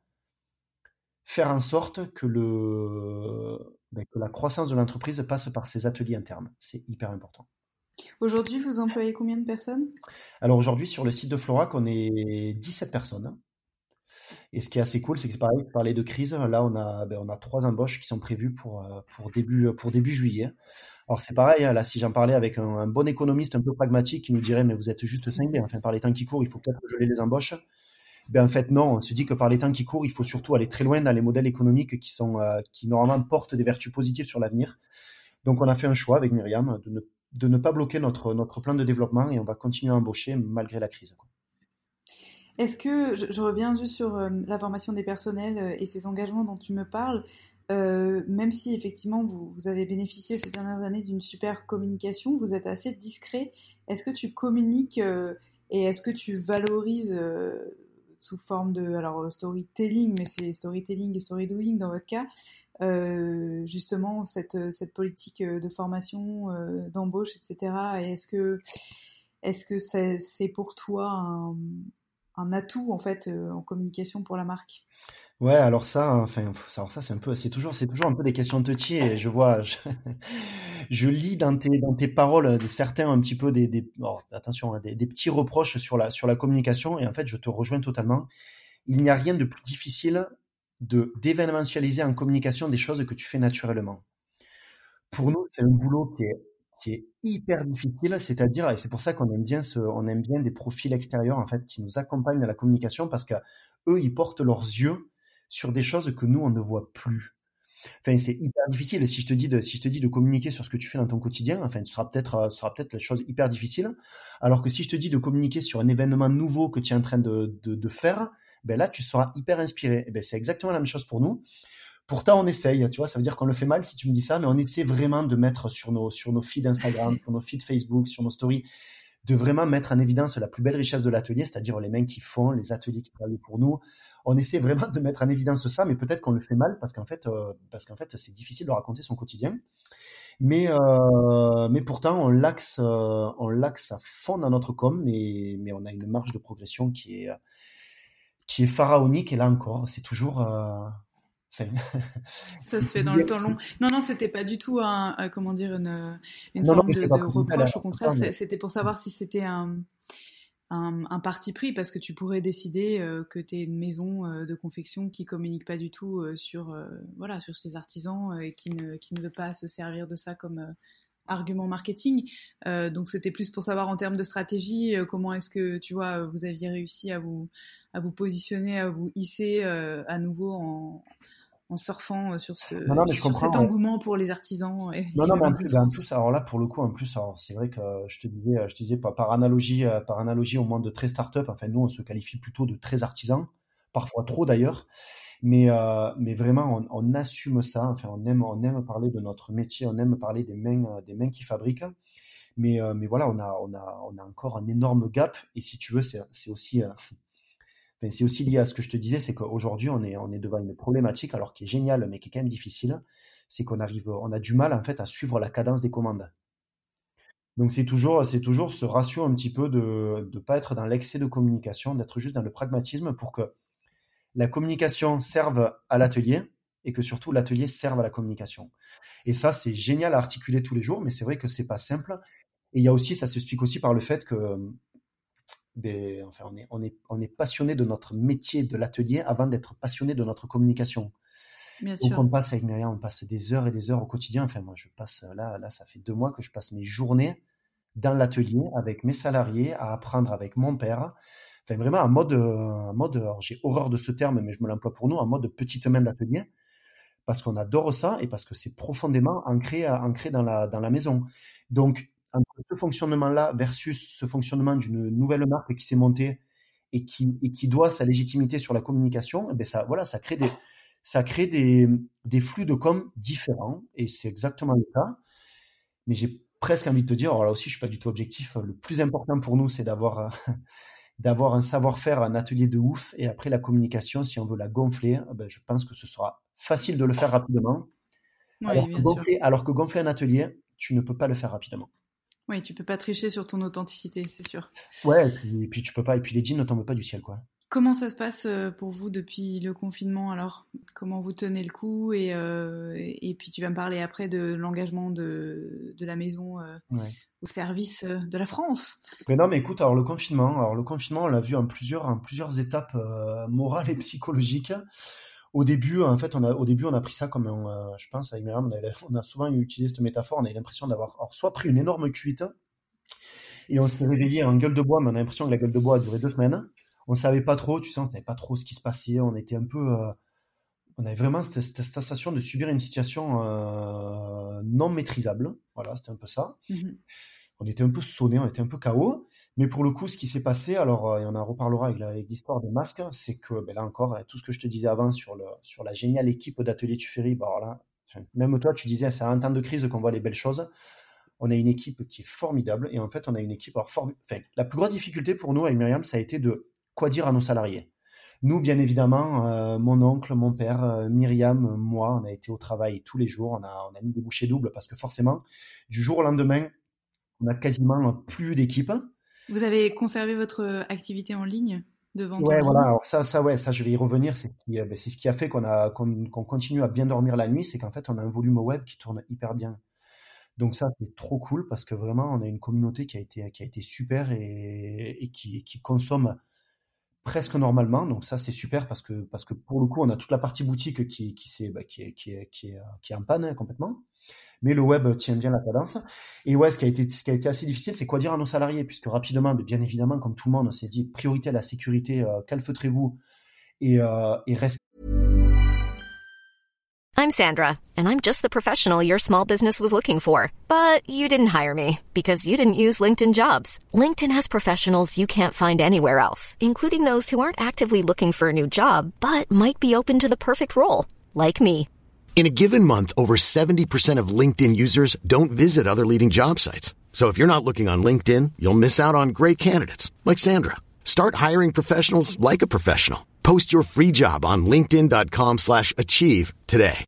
faire en sorte que, le, ben, que la croissance de l'entreprise passe par ces ateliers internes. C'est hyper important. Aujourd'hui, vous employez combien de personnes ? Alors aujourd'hui, sur le site de Florac, on est dix-sept personnes. Et ce qui est assez cool, c'est que c'est pareil, vous parlez de crise. Là, on a, ben, on a trois embauches qui sont prévues pour, pour, début, pour début juillet. Alors c'est pareil, là, si j'en parlais avec un, un bon économiste un peu pragmatique qui nous dirait « mais vous êtes juste cinglés, enfin, par les temps qui courent, il faut peut-être geler les embauches ». Ben en fait non, on se dit que par les temps qui courent, il faut surtout aller très loin dans les modèles économiques qui sont euh, qui normalement portent des vertus positives sur l'avenir. Donc on a fait un choix avec Myriam de ne, de ne pas bloquer notre notre plan de développement et on va continuer à embaucher malgré la crise. Est-ce que je, je reviens juste sur euh, la formation des personnels et ces engagements dont tu me parles, euh, même si effectivement vous, vous avez bénéficié ces dernières années d'une super communication, vous êtes assez discret. Est-ce que tu communiques euh, Et est-ce que tu valorises euh, sous forme de alors storytelling, mais c'est storytelling et storydoing dans votre cas, euh, justement cette cette politique de formation, euh, d'embauche, et cetera. Et est-ce que est-ce que c'est, c'est pour toi un, un atout en fait euh, en communication pour la marque? Ouais, alors ça, enfin, alors ça, c'est un peu, c'est toujours, c'est toujours un peu des questions touchy et je vois, je, je lis dans tes, dans tes paroles de certains un petit peu des, des oh, attention, hein, des, des petits reproches sur la, sur la communication et en fait, je te rejoins totalement. Il n'y a rien de plus difficile de d'événementialiser en communication des choses que tu fais naturellement. Pour nous, c'est un boulot qui est, qui est hyper difficile, c'est-à-dire, et c'est pour ça qu'on aime bien ce, on aime bien des profils extérieurs, en fait, qui nous accompagnent dans la communication parce que eux, ils portent leurs yeux sur des choses que nous, on ne voit plus. Enfin, c'est hyper difficile. Si je te dis de, si je te dis de communiquer sur ce que tu fais dans ton quotidien, enfin, ce sera peut-être, euh, ce sera peut-être la chose hyper difficile. Alors que si je te dis de communiquer sur un événement nouveau que tu es en train de, de, de faire, ben là, tu seras hyper inspiré. Et ben, c'est exactement la même chose pour nous. Pourtant, on essaye, tu vois, ça veut dire qu'on le fait mal si tu me dis ça, mais on essaie vraiment de mettre sur nos, sur nos feeds Instagram, sur nos feeds Facebook, sur nos stories, de vraiment mettre en évidence la plus belle richesse de l'atelier, c'est-à-dire les mecs qui font, les ateliers qui travaillent pour nous. On essaie vraiment de mettre en évidence ça, mais peut-être qu'on le fait mal parce qu'en fait, euh, parce qu'en fait, c'est difficile de raconter son quotidien. Mais, euh, mais pourtant, on l'axe, euh, on l'axe à fond dans notre com, mais, mais on a une marge de progression qui est, qui est pharaonique. Et là encore, c'est toujours, euh, c'est- Ça se fait dans le temps long. Non, non, c'était pas du tout un, un- comment dire, une, une non, non, forme mais je de, t'ai pas de présenté à la reproche. Au contraire, mais c'est- c'était pour savoir si c'était un, un, un parti pris, parce que tu pourrais décider euh, que tu es une maison euh, de confection qui communique pas du tout euh, sur, euh, voilà, sur ses artisans euh, et qui ne, qui ne veut pas se servir de ça comme euh, argument marketing. Euh, donc c'était plus pour savoir en termes de stratégie, euh, comment est-ce que, tu vois, vous aviez réussi à vous, à vous positionner, à vous hisser euh, à nouveau en en surfant euh, sur, non, ce, non, mais je sur comprends. cet Ouais. engouement pour les artisans et, Non, et non, le mais en Made in plus, ben, en France. plus, alors là, pour le coup, en plus, alors, c'est vrai que euh, je te disais, euh, je te disais par, par analogie, euh, par analogie au monde de très start-up, enfin, nous, on se qualifie plutôt de très artisan, parfois trop d'ailleurs, mais, euh, mais vraiment, on, on assume ça, enfin, on aime, on aime parler de notre métier, on aime parler des mains, euh, des mains qui fabriquent, mais, euh, mais voilà, on a, on a, on a encore un énorme gap, et si tu veux, c'est, c'est aussi, euh, enfin, c'est aussi lié à ce que je te disais, c'est qu'aujourd'hui, on est, on est devant une problématique, alors qui est géniale, mais qui est quand même difficile, c'est qu'on arrive, on a du mal, en fait, à suivre la cadence des commandes. Donc c'est toujours, c'est toujours ce ratio un petit peu de ne pas être dans l'excès de communication, d'être juste dans le pragmatisme pour que la communication serve à l'atelier et que surtout l'atelier serve à la communication. Et ça, c'est génial à articuler tous les jours, mais c'est vrai que c'est pas simple. Et il y a aussi, ça s'explique aussi par le fait que ben, enfin, on est, on est, on est passionné de notre métier de l'atelier avant d'être passionné de notre communication. Bien Donc sûr. on passe avec Myriam, on passe des heures et des heures au quotidien. Enfin moi, je passe là, là, ça fait deux mois que je passe mes journées dans l'atelier avec mes salariés à apprendre avec mon père. Enfin, vraiment en mode, euh, en mode alors, j'ai horreur de ce terme, mais je me l'emploie pour nous, en mode petite main d'atelier, parce qu'on adore ça et parce que c'est profondément ancré, ancré dans la, dans la maison. Donc, entre ce fonctionnement-là versus ce fonctionnement d'une nouvelle marque qui s'est montée et qui, et qui doit sa légitimité sur la communication, eh ben ça, voilà, ça crée des, ça crée des, des flux de com différents et c'est exactement le cas. Mais j'ai presque envie de te dire, alors là aussi, je suis pas du tout objectif. Le plus important pour nous, c'est d'avoir euh, d'avoir un savoir-faire, un atelier de ouf. Et après, la communication, si on veut la gonfler, eh ben, je pense que ce sera facile de le faire rapidement. Oui, Alors que bien sûr. gonfler, alors que gonfler un atelier, tu ne peux pas le faire rapidement. Oui, tu peux pas tricher sur ton authenticité, c'est sûr. Ouais, et puis, et puis tu peux pas. Et puis les jeans ne tombent pas du ciel, quoi. Comment ça se passe euh, pour vous depuis le confinement alors? Comment vous tenez le coup et, euh, et puis tu vas me parler après de l'engagement de, de la maison euh, Ouais. au service euh, de la France. Mais non, mais écoute, alors le confinement, alors le confinement, on l'a vu en plusieurs, en plusieurs étapes euh, morales et psychologiques. Au début, en fait, on a, au début, on a pris ça comme un, euh, je pense, avec Myriam, on a, on a souvent utilisé cette métaphore, on a eu l'impression d'avoir alors, soit pris une énorme cuite, et on s'est réveillé en gueule de bois, mais on a l'impression que la gueule de bois a duré deux semaines. On savait pas trop, tu sais, on savait pas trop ce qui se passait, on était un peu, euh, on avait vraiment cette, cette sensation de subir une situation euh, non maîtrisable. Voilà, c'était un peu ça. Mhm. On était un peu sonné, on était un peu K O. Mais pour le coup, ce qui s'est passé, alors, euh, et on en reparlera avec, la- avec l'histoire des masques, c'est que ben là encore, euh, tout ce que je te disais avant sur, le, sur la géniale équipe d'Atelier Tuffery, bah, alors là, enfin, même toi, tu disais, c'est à un temps de crise qu'on voit les belles choses. On a une équipe qui est formidable et en fait, on a une équipe. Alors, form... enfin, la plus grosse difficulté pour nous avec Myriam, ça a été de quoi dire à nos salariés. Nous, bien évidemment, euh, mon oncle, mon père, euh, Myriam, moi, on a été au travail tous les jours. On a, on a mis des bouchées doubles parce que forcément, du jour au lendemain, on a quasiment plus d'équipe. Vous avez conservé votre activité en ligne de vente Ouais, en voilà. ligne? Alors ça, ça, ouais, ça, je vais y revenir. C'est ce qui, euh, ben, c'est ce qui a fait qu'on a, qu'on, qu'on continue à bien dormir la nuit, c'est qu'en fait, on a un volume web qui tourne hyper bien. Donc ça, c'est trop cool parce que vraiment, on a une communauté qui a été, qui a été super et, et qui, qui consomme presque normalement. Donc ça, c'est super parce que, parce que pour le coup, on a toute la partie boutique qui, qui, s'est, bah, qui, est, qui, est, qui, est, qui est en panne hein, complètement. Mais le web tient bien la cadence. Et ouais, ce qui a été, ce qui a été assez difficile, c'est quoi dire à nos salariés, puisque rapidement, mais bien évidemment, comme tout le monde, on s'est dit priorité à la sécurité, euh, calfeutrez-vous et, euh, et restez. I'm Sandra, and I'm just the professional your small business was looking for. But you didn't hire me because you didn't use LinkedIn Jobs. LinkedIn has professionals you can't find anywhere else, including those who aren't actively looking for a new job, but might be open to the perfect role, like me. In a given month, over seventy percent of LinkedIn users don't visit other leading job sites. So if you're not looking on LinkedIn, you'll miss out on great candidates like Sandra. Start hiring professionals like a professional. Post your free job on linkedin.com slash achieve today.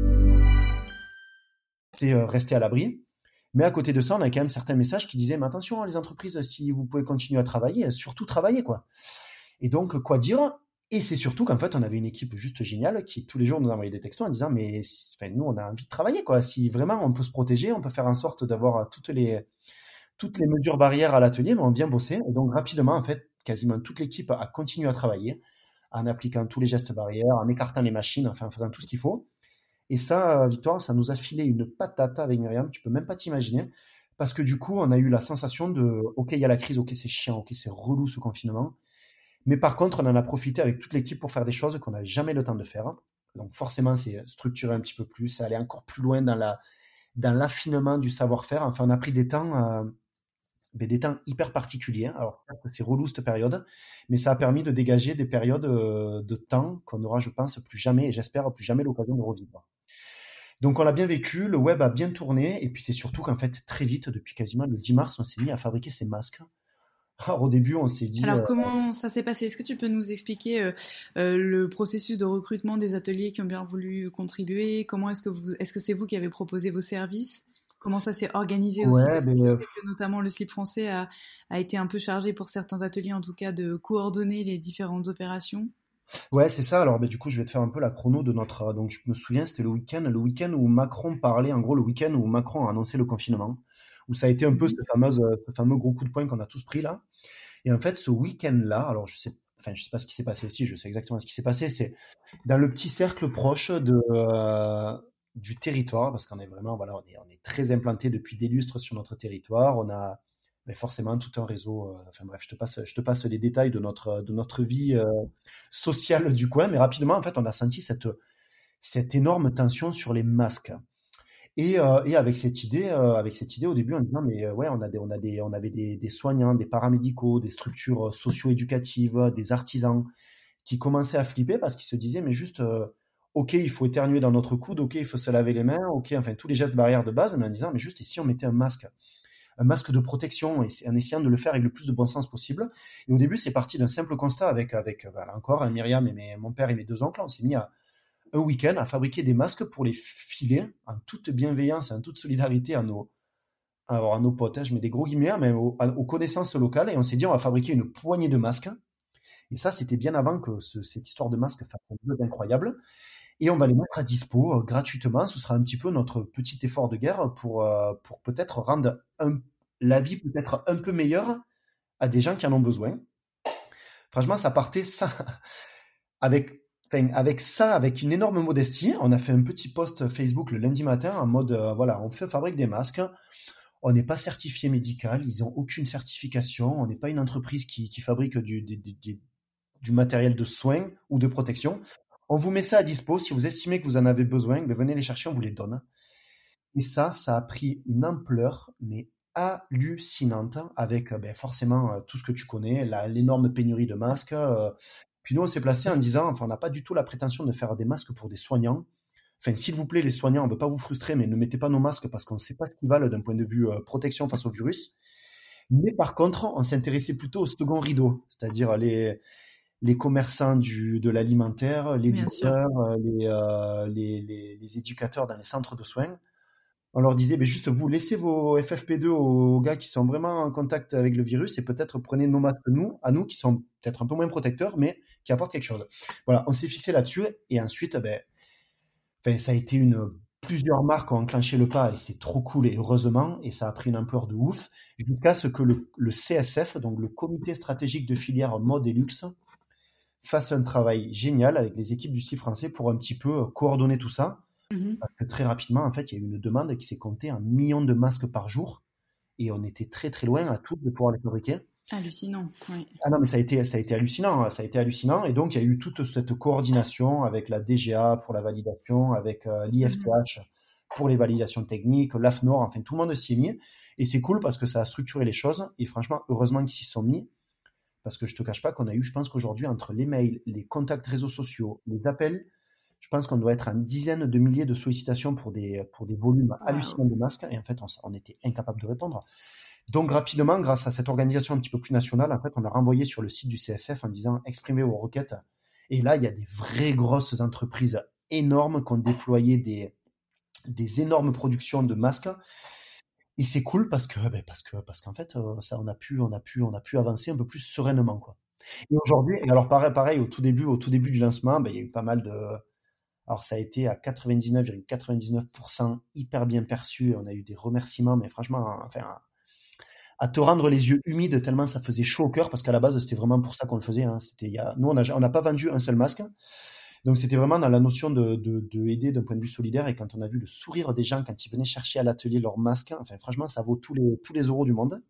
Rester à l'abri. Mais à côté de ça, on a quand même certains messages qui disaient, mais attention, les entreprises, si vous pouvez continuer à travailler, surtout travailler, quoi. Et donc, quoi dire? Et c'est surtout qu'en fait, on avait une équipe juste géniale qui, tous les jours, nous envoyait des textos en disant, mais enfin, nous, on a envie de travailler, quoi. Si vraiment on peut se protéger, on peut faire en sorte d'avoir toutes les, toutes les mesures barrières à l'atelier, mais on vient bosser. Et donc, rapidement, en fait, quasiment toute l'équipe a continué à travailler en appliquant tous les gestes barrières, en écartant les machines, enfin, en faisant tout ce qu'il faut. Et ça, Victoire, ça nous a filé une patate avec Myriam, tu peux même pas t'imaginer. Parce que du coup, on a eu la sensation de, OK, il y a la crise, OK, c'est chiant, OK, c'est relou ce confinement. Mais par contre, on en a profité avec toute l'équipe pour faire des choses qu'on n'avait jamais le temps de faire. Donc forcément, c'est structurer un petit peu plus, c'est aller encore plus loin dans, la, dans l'affinement du savoir-faire. Enfin, on a pris des temps, euh, des temps hyper particuliers. Alors, c'est relou cette période, mais ça a permis de dégager des périodes euh, de temps qu'on n'aura, je pense, plus jamais, et j'espère plus jamais l'occasion de revivre. Donc on l'a bien vécu, le web a bien tourné, et puis c'est surtout qu'en fait, très vite, depuis quasiment le dix mars, on s'est mis à fabriquer ces masques. Alors au début, on s'est dit... Alors euh, comment ça s'est passé? Est-ce que tu peux nous expliquer euh, euh, le processus de recrutement des ateliers qui ont bien voulu contribuer? Comment est-ce que vous, est-ce que c'est vous qui avez proposé vos services? Comment ça s'est organisé aussi? Ouais, Parce que mais, je euh, sais que notamment le slip français a, a été un peu chargé pour certains ateliers, en tout cas, de coordonner les différentes opérations. Ouais, c'est ça. Alors, ben, du coup, je vais te faire un peu la chrono de notre. Donc, je me souviens, c'était le week-end, le week-end où Macron parlait, en gros, le week-end où Macron a annoncé le confinement, où ça a été un peu ce fameux, ce fameux gros coup de poing qu'on a tous pris là. Et en fait, ce week-end-là, alors je sais, enfin, je sais pas ce qui s'est passé ici, je sais exactement ce qui s'est passé. C'est dans le petit cercle proche de euh, du territoire, parce qu'on est vraiment, voilà, on est, on est très implanté depuis des lustres sur notre territoire. On a mais forcément tout un réseau. Euh, enfin bref, je te passe, je te passe les détails de notre de notre vie euh, sociale du coin. Mais rapidement, en fait, on a senti cette cette énorme tension sur les masques. Et, euh, et avec cette idée, euh, avec cette idée au début, en disant mais euh, ouais, on a des, on a des, on avait des, des soignants, des paramédicaux, des structures socio-éducatives, des artisans qui commençaient à flipper parce qu'ils se disaient mais juste euh, ok, il faut éternuer dans notre coude, ok, il faut se laver les mains, ok, enfin tous les gestes barrières de base, mais en disant mais juste et si on mettait un masque, un masque de protection et en essayant de le faire avec le plus de bon sens possible. Et au début, c'est parti d'un simple constat avec avec voilà, encore Myriam et mes, mon père et mes deux oncles, on s'est mis à un week-end à fabriquer des masques pour les filer en toute bienveillance et en toute solidarité à nos, alors à nos potes, hein, je mets des gros guillemets, mais aux, aux connaissances locales, et on s'est dit on va fabriquer une poignée de masques. Et ça, c'était bien avant que ce, cette histoire de masques fasse un buzz incroyable. Et on va les mettre à dispo euh, gratuitement. Ce sera un petit peu notre petit effort de guerre pour, euh, pour peut-être rendre un, la vie peut-être un peu meilleure à des gens qui en ont besoin. Franchement, ça partait ça avec... Enfin, avec ça, avec une énorme modestie, on a fait un petit post Facebook le lundi matin en mode, euh, voilà, on fait fabrique des masques, on n'est pas certifié médical, ils n'ont aucune certification, on n'est pas une entreprise qui, qui fabrique du, du, du, du matériel de soins ou de protection. On vous met ça à dispo, si vous estimez que vous en avez besoin, ben venez les chercher, on vous les donne. Et ça, ça a pris une ampleur, mais hallucinante, avec ben, forcément euh, tout ce que tu connais, la, l'énorme pénurie de masques. Euh, Puis nous, on s'est placé en disant, enfin, on n'a pas du tout la prétention de faire des masques pour des soignants. Enfin, s'il vous plaît, les soignants, on ne veut pas vous frustrer, mais ne mettez pas nos masques parce qu'on ne sait pas ce qu'ils valent d'un point de vue euh, protection face au virus. Mais par contre, on s'intéressait plutôt au second rideau, c'est-à-dire les, les commerçants du, de l'alimentaire, les Bien sûr. docteurs, les, euh, les, les, les éducateurs dans les centres de soins. On leur disait, ben juste vous laissez vos F F P deux aux gars qui sont vraiment en contact avec le virus et peut-être prenez nos masques nous, à nous qui sont peut-être un peu moins protecteurs, mais qui apportent quelque chose. Voilà, on s'est fixé là-dessus et ensuite, ben, enfin, ça a été une plusieurs marques ont enclenché le pas et c'est trop cool et heureusement et ça a pris une ampleur de ouf jusqu'à ce que le, le C S F, donc le comité stratégique de filière mode et luxe, fasse un travail génial avec les équipes du C I français pour un petit peu coordonner tout ça. Mmh. Parce que très rapidement, en fait, il y a eu une demande qui s'est comptée en millions de masques par jour et on était très très loin à tous de pouvoir les fabriquer. Hallucinant, oui. Ah non, mais ça a été, ça a été hallucinant, ça a été hallucinant. Et donc, il y a eu toute cette coordination avec la D G A pour la validation, avec euh, l'I F T H pour les validations techniques, l'A F N O R, enfin, tout le monde s'y est mis. Et c'est cool parce que ça a structuré les choses. Et franchement, heureusement qu'ils s'y sont mis. Parce que je te cache pas qu'on a eu, je pense qu'aujourd'hui, entre les mails, les contacts réseaux sociaux, les appels, je pense qu'on doit être en dizaines de milliers de sollicitations pour des, pour des volumes Wow. hallucinants de masques. Et en fait, on, on était incapable de répondre. Donc, rapidement, grâce à cette organisation un petit peu plus nationale, en fait, on a renvoyé sur le site du C S F en disant « exprimez vos requêtes ». Et là, il y a des vraies grosses entreprises énormes qui ont déployé des, des énormes productions de masques. Et c'est cool parce que, ben parce que, parce qu'en fait, ça, on a pu, on a pu, on a pu avancer un peu plus sereinement, quoi. Et aujourd'hui, et alors pareil, pareil, au tout début, au tout début du lancement, ben, il y a eu pas mal de, alors ça a été à quatre-vingt-dix-neuf virgule quatre-vingt-dix-neuf pour cent hyper bien perçu. Et on a eu des remerciements, mais franchement, enfin, à te rendre les yeux humides tellement ça faisait chaud au cœur parce qu'à la base, c'était vraiment pour ça qu'on le faisait, hein. C'était, il y a, nous, on n'a on n'a pas vendu un seul masque. Donc, c'était vraiment dans la notion de, de, de aider d'un point de vue solidaire. Et quand on a vu le sourire des gens quand ils venaient chercher à l'atelier leur masque, enfin, franchement, ça vaut tous les, tous les euros du monde.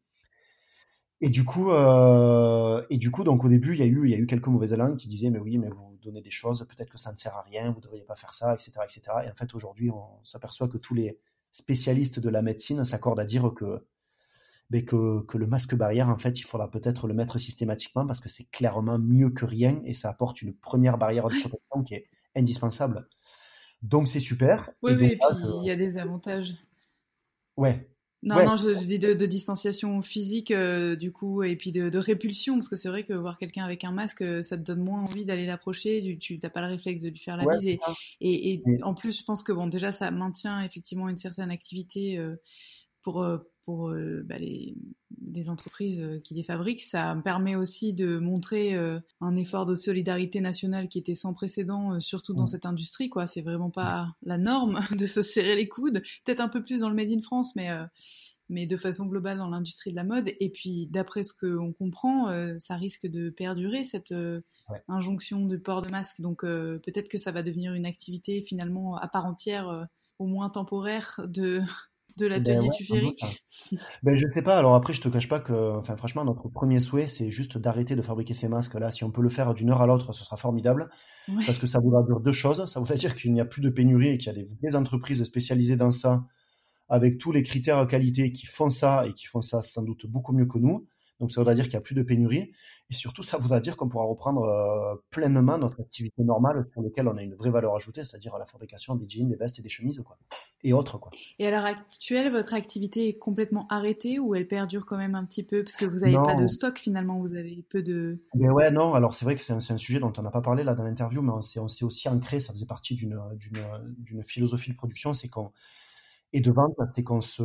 Et du coup, euh, et du coup, donc au début, il y a eu, il y a eu quelques mauvaises langues qui disaient, mais oui, mais vous donnez des choses, peut-être que ça ne sert à rien, vous ne devriez pas faire ça, et cetera, et cetera. Et en fait, aujourd'hui, on s'aperçoit que tous les spécialistes de la médecine s'accordent à dire que, mais que, que le masque barrière, en fait, il faudra peut-être le mettre systématiquement parce que c'est clairement mieux que rien et ça apporte une première barrière de protection qui est indispensable. Donc, c'est super. Oui, et oui, donc, et là, puis il y a des avantages. Ouais. Non, Ouais. non, je, je dis de, de distanciation physique, euh, du coup, et puis de, de répulsion, parce que c'est vrai que voir quelqu'un avec un masque, euh, ça te donne moins envie d'aller l'approcher, tu, tu t'as pas le réflexe de lui faire la Ouais, bise, c'est et, ça. et, et Et- en plus, je pense que bon, déjà, ça maintient effectivement une certaine activité euh, pour, euh, pour euh, bah, les, les entreprises euh, qui les fabriquent. Ça me permet aussi de montrer euh, un effort de solidarité nationale qui était sans précédent, euh, surtout dans Mm. cette industrie, quoi. C'est vraiment pas la norme de se serrer les coudes. Peut-être un peu plus dans le Made in France, mais euh, mais de façon globale dans l'industrie de la mode. Et puis, d'après ce qu'on comprend, euh, ça risque de perdurer, cette euh, Ouais. injonction de port de masque. Donc, euh, peut-être que ça va devenir une activité finalement à part entière, euh, au moins temporaire, de, de Ben l'atelier ouais, sans Tuffery. doute, hein. Ben, je sais pas. Alors après, je te cache pas que, enfin, franchement, notre premier souhait, c'est juste d'arrêter de fabriquer ces masques. Là, si on peut le faire d'une heure à l'autre, ce sera formidable. Ouais. Parce que ça voudra dire deux choses. Ça voudra dire qu'il n'y a plus de pénurie et qu'il y a des vraies entreprises spécialisées dans ça, avec tous les critères qualité qui font ça et qui font ça sans doute beaucoup mieux que nous. Donc ça voudra dire qu'il n'y a plus de pénurie. Et surtout, ça voudra dire qu'on pourra reprendre euh, pleinement notre activité normale sur laquelle on a une vraie valeur ajoutée, c'est-à-dire la fabrication des jeans, des vestes et des chemises, quoi. Et autres, quoi. Et à l'heure actuelle, votre activité est complètement arrêtée ou elle perdure quand même un petit peu? Parce que vous n'avez pas de Non, stock finalement, vous avez peu de... mais ouais, non. Alors c'est vrai que c'est un, c'est un sujet dont on n'a pas parlé là dans l'interview, mais on s'est, on s'est aussi ancré, ça faisait partie d'une, d'une, d'une philosophie de production, c'est qu'on et de vente, c'est qu'on se,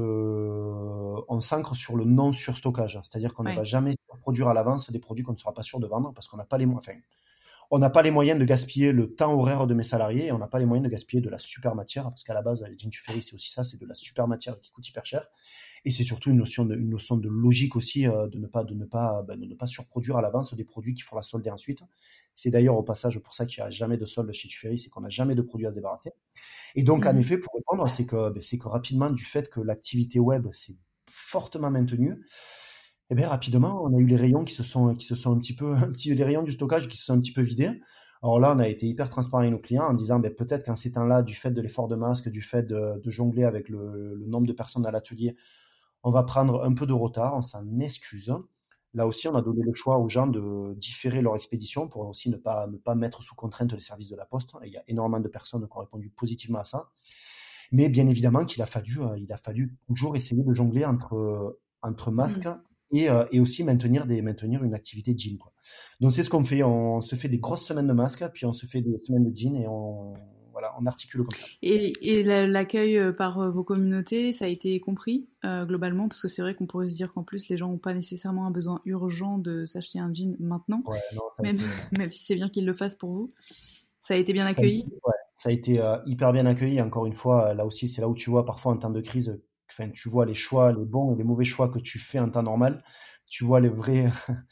on s'ancre sur le non surstockage. C'est-à-dire qu'on ne va Ouais. jamais produire à l'avance des produits qu'on ne sera pas sûr de vendre parce qu'on n'a pas les moyens, enfin, on n'a pas les moyens de gaspiller le temps horaire de mes salariés et on n'a pas les moyens de gaspiller de la super matière parce qu'à la base, les jeans Tuffery, c'est aussi ça, c'est de la super matière qui coûte hyper cher. Et c'est surtout une notion de, une notion de logique aussi, euh, de ne pas, de ne pas, ben, de ne pas surproduire à l'avance des produits qu'il faudra solder ensuite. C'est d'ailleurs au passage pour ça qu'il n'y a jamais de solde chez Tuffery, c'est qu'on n'a jamais de produits à se débarrasser. Et donc, en Mhm. effet, pour répondre, c'est que, ben, c'est que rapidement, du fait que l'activité web s'est fortement maintenue, eh bien, rapidement, on a eu les rayons qui se sont, qui se sont un petit peu, un petit, les rayons du stockage qui se sont un petit peu vidés. Alors là, on a été hyper transparent avec nos clients en disant, ben, peut-être qu'en ces temps-là, du fait de l'effort de masque, du fait de, de jongler avec le, le nombre de personnes à l'atelier, on va prendre un peu de retard, on s'en excuse. Là aussi, on a donné le choix aux gens de différer leur expédition pour aussi ne pas, ne pas mettre sous contrainte les services de la Poste. Et il y a énormément de personnes qui ont répondu positivement à ça. Mais bien évidemment qu'il a fallu, euh, il a fallu toujours essayer de jongler entre, entre masques mmh. et, euh, et aussi maintenir, des, maintenir une activité gym, quoi. Donc c'est ce qu'on fait, on se fait des grosses semaines de masques, puis on se fait des semaines de gym et on, voilà, on articule comme ça. Et, et l'accueil par vos communautés, ça a été compris euh, globalement, parce que c'est vrai qu'on pourrait se dire qu'en plus les gens n'ont pas nécessairement un besoin urgent de s'acheter un jean maintenant, ouais, non, même, été... même si c'est bien qu'ils le fassent pour vous. Ça a été bien accueilli ? Ça a été, ouais, ça a été euh, hyper bien accueilli. Encore une fois, là aussi, c'est là où tu vois parfois en temps de crise, enfin, tu vois les choix, les bons et les mauvais choix que tu fais en temps normal. Tu vois les vrais,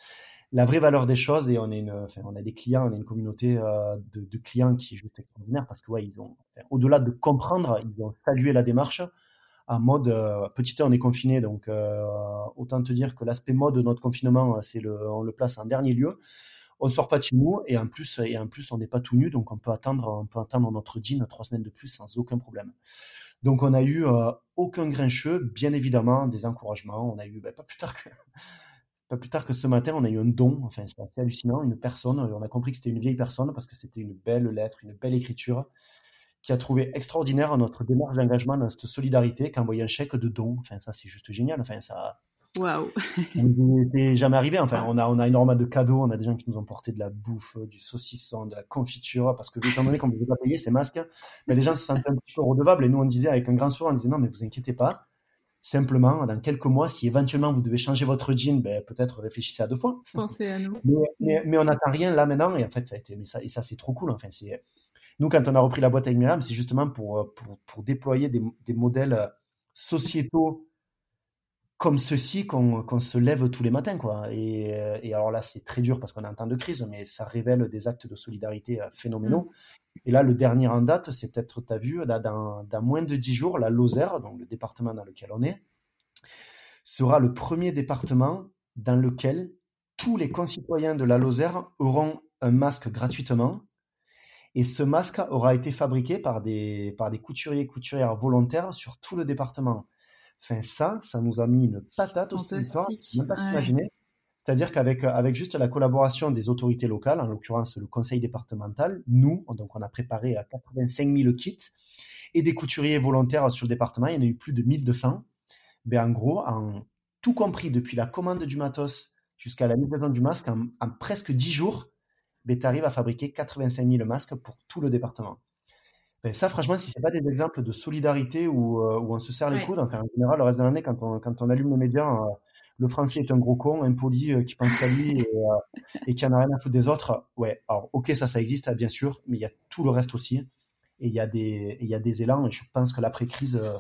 la vraie valeur des choses. Et on, est une, enfin, on a des clients, on a une communauté euh, de, de clients qui est juste extraordinaire parce que ouais, ils ont, enfin, au-delà de comprendre, ils ont salué la démarche en mode euh, petit un, on est confiné, donc euh, autant te dire que l'aspect mode de notre confinement, c'est le, on le place en dernier lieu. On sort pas de chez nous et en plus, et en plus on n'est pas tout nu, donc on peut attendre, on peut attendre notre jean trois semaines de plus sans aucun problème. Donc on a eu euh, aucun grincheux, bien évidemment, des encouragements. On a eu, ben, pas plus tard que pas plus tard que ce matin, on a eu un don. Enfin, c'est assez hallucinant, une personne. On a compris que c'était une vieille personne parce que c'était une belle lettre, une belle écriture, qui a trouvé extraordinaire notre démarche d'engagement dans cette solidarité, qui a envoyé un chèque de don. Enfin, ça c'est juste génial. Enfin, ça. Waouh! Ça n'était jamais arrivé. Enfin, on a, on a énormément de cadeaux. On a des gens qui nous ont porté de la bouffe, du saucisson, de la confiture, parce que étant donné qu'on ne pouvait pas payer ces masques, mais les gens se sentaient un petit peu redevables. Et nous, on disait avec un grand sourire, on disait non, mais vous inquiétez pas. Simplement, dans quelques mois, si éventuellement vous devez changer votre jean, ben, peut-être réfléchissez à deux fois. Pensez à nous. Mais, mais, mais on n'attend rien là maintenant. Et en fait, ça a été, mais ça, et ça, c'est trop cool. Enfin, c'est, nous, quand on a repris la boîte avec Myriam, c'est justement pour, pour, pour déployer des, des modèles sociétaux comme ceux-ci qu'on, qu'on se lève tous les matins, quoi. Et, et alors là, c'est très dur parce qu'on est en temps de crise, mais ça révèle des actes de solidarité phénoménaux. Mmh. Et là, le dernier en date, c'est peut-être, tu as vu, là, dans, dans moins de dix jours, la Lozère, donc le département dans lequel on est, sera le premier département dans lequel tous les concitoyens de la Lozère auront un masque gratuitement. Et ce masque aura été fabriqué par des, par des couturiers et couturières volontaires sur tout le département. Enfin, ça, ça nous a mis une patate aussi, l'histoire, même pas t'imaginer. Ouais. C'est-à-dire qu'avec avec juste la collaboration des autorités locales, en l'occurrence le conseil départemental, nous, donc on a préparé à quatre-vingt-cinq mille kits et des couturiers volontaires sur le département, il y en a eu plus de mille deux cents. Ben, en gros, en tout compris, depuis la commande du matos jusqu'à la livraison du masque, en, en presque dix jours, ben, tu arrives à fabriquer quatre-vingt-cinq mille masques pour tout le département. Ben ça, franchement, si c'est pas des exemples de solidarité où, euh, où on se serre les ouais. coudes, enfin, en général, le reste de l'année, quand on, quand on allume les médias, euh, le français est un gros con, impoli, euh, qui pense qu'à lui et, euh, et qui en a rien à foutre des autres. Ouais, alors, ok, ça, ça existe, bien sûr, mais il y a tout le reste aussi. Et il y a des, il y a des élans, et je pense que l'après-crise, euh,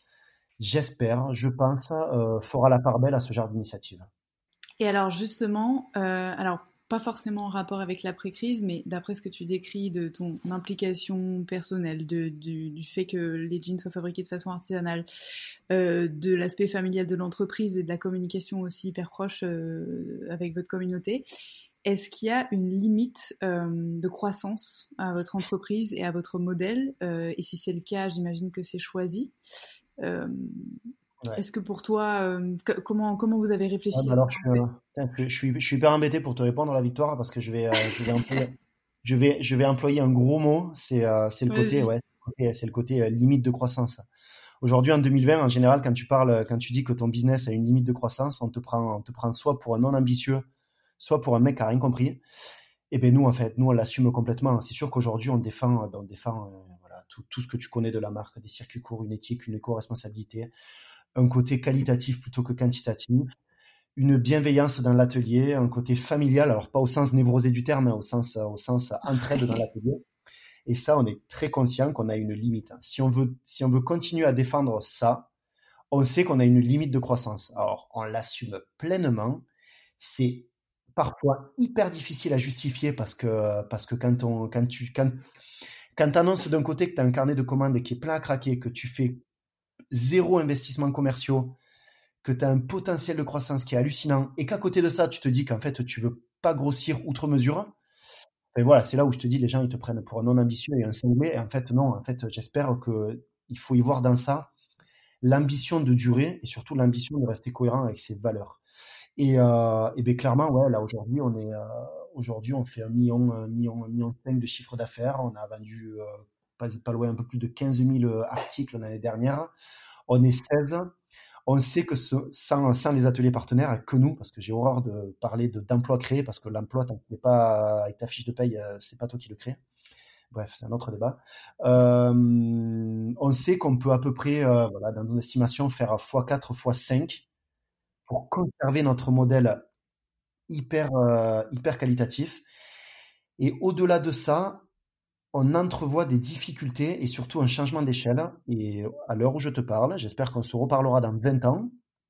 j'espère, je pense, euh, fera la part belle à ce genre d'initiative. Et alors, justement, euh, alors, pas forcément en rapport avec l'après-crise, mais d'après ce que tu décris de ton implication personnelle, de, du, du fait que les jeans soient fabriqués de façon artisanale, euh, de l'aspect familial de l'entreprise et de la communication aussi hyper proche euh, avec votre communauté, est-ce qu'il y a une limite euh, de croissance à votre entreprise et à votre modèle euh, et si c'est le cas, j'imagine que c'est choisi. Euh, Ouais. Est-ce que pour toi, euh, que, comment, comment vous avez réfléchi ah, bah alors, je, suis, euh, je, suis, je suis hyper embêté pour te répondre à la victoire parce que je vais, euh, je vais, employer, je vais, je vais employer un gros mot, c'est, euh, c'est le côté, ouais, c'est le côté euh, limite de croissance. Aujourd'hui, en deux mille vingt, en général, quand tu parles, quand tu dis que ton business a une limite de croissance, on te prend, on te prend soit pour un non ambitieux, soit pour un mec qui a rien compris. Et ben nous, en fait, nous, on l'assume complètement. C'est sûr qu'aujourd'hui, on défend, on défend, euh, voilà, tout, tout ce que tu connais de la marque, des circuits courts, une éthique, une éco-responsabilité. Un côté qualitatif plutôt que quantitatif, une bienveillance dans l'atelier, un côté familial, alors pas au sens névrosé du terme, mais au sens, au sens entraide dans l'atelier. Et ça, on est très conscient qu'on a une limite. Si on veut, si on veut continuer à défendre ça, on sait qu'on a une limite de croissance. Alors, on l'assume pleinement. C'est parfois hyper difficile à justifier parce que, parce que quand on, quand tu, quand, quand t'annonces d'un côté que tu as un carnet de commandes qui est plein à craquer, que tu fais zéro investissement commerciaux, que tu as un potentiel de croissance qui est hallucinant et qu'à côté de ça, tu te dis qu'en fait, tu veux pas grossir outre mesure, et voilà, c'est là où je te dis, les gens, ils te prennent pour un non-ambitieux et un cinglé. Et en fait, non, en fait, j'espère qu'il faut y voir dans ça l'ambition de durer et surtout l'ambition de rester cohérent avec ses valeurs. Et, euh, et ben clairement, ouais, là aujourd'hui, on est, euh, aujourd'hui, on fait un million, un million, un million cinq de chiffre d'affaires. On a vendu euh, pas, pas loin, un peu plus de quinze mille articles l'année dernière. On est seize. On sait que ce, sans, sans les ateliers partenaires, que nous, parce que j'ai horreur de parler de, d'emploi créé, parce que l'emploi, tant que tu n'es pas avec ta fiche de paye, euh, c'est pas toi qui le crée. Bref, c'est un autre débat. Euh, on sait qu'on peut à peu près, euh, voilà, dans nos estimations, faire fois quatre, fois cinq pour conserver notre modèle hyper, euh, hyper qualitatif. Et au-delà de ça, on entrevoit des difficultés et surtout un changement d'échelle. Et à l'heure où je te parle, j'espère qu'on se reparlera dans vingt ans,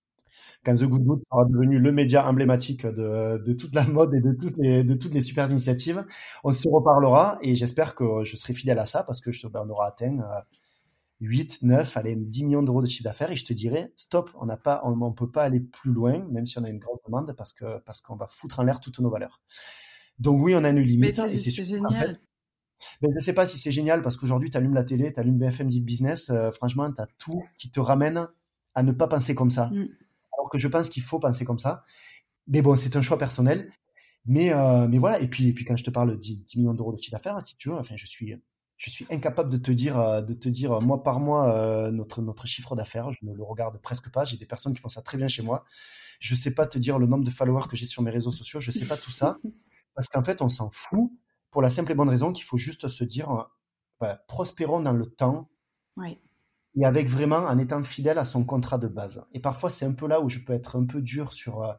quand The Good Good sera devenu le média emblématique de, de toute la mode et de toutes les, de toutes les super initiatives. On se reparlera et j'espère que je serai fidèle à ça parce que je, ben, on aura atteint euh, huit, neuf, allez, dix millions d'euros de chiffre d'affaires et je te dirai, stop, on n'a pas, on, on peut pas aller plus loin, même si on a une grande demande parce que, parce qu'on va foutre en l'air toutes nos valeurs. Donc oui, on a une limite. Mais c'est, et c'est, c'est super, génial. En fait, ben, je ne sais pas si c'est génial parce qu'aujourd'hui, tu allumes la télé, tu allumes B F M Business, euh, franchement, tu as tout qui te ramène à ne pas penser comme ça. Mm. Alors que je pense qu'il faut penser comme ça. Mais bon, c'est un choix personnel. Mais, euh, mais voilà, et puis, et puis quand je te parle de dix, dix millions d'euros de chiffre d'affaires, si tu veux, enfin, je suis, je suis incapable de te dire, de te dire mois par mois euh, notre, notre chiffre d'affaires. Je ne le regarde presque pas. J'ai des personnes qui font ça très bien chez moi. Je ne sais pas te dire le nombre de followers que j'ai sur mes réseaux sociaux. Je ne sais pas tout ça. Parce qu'en fait, on s'en fout pour la simple et bonne raison qu'il faut juste se dire, euh, voilà, prospérons dans le temps. Oui. Et avec vraiment, en étant fidèle à son contrat de base. Et parfois, c'est un peu là où je peux être un peu dur sur, euh,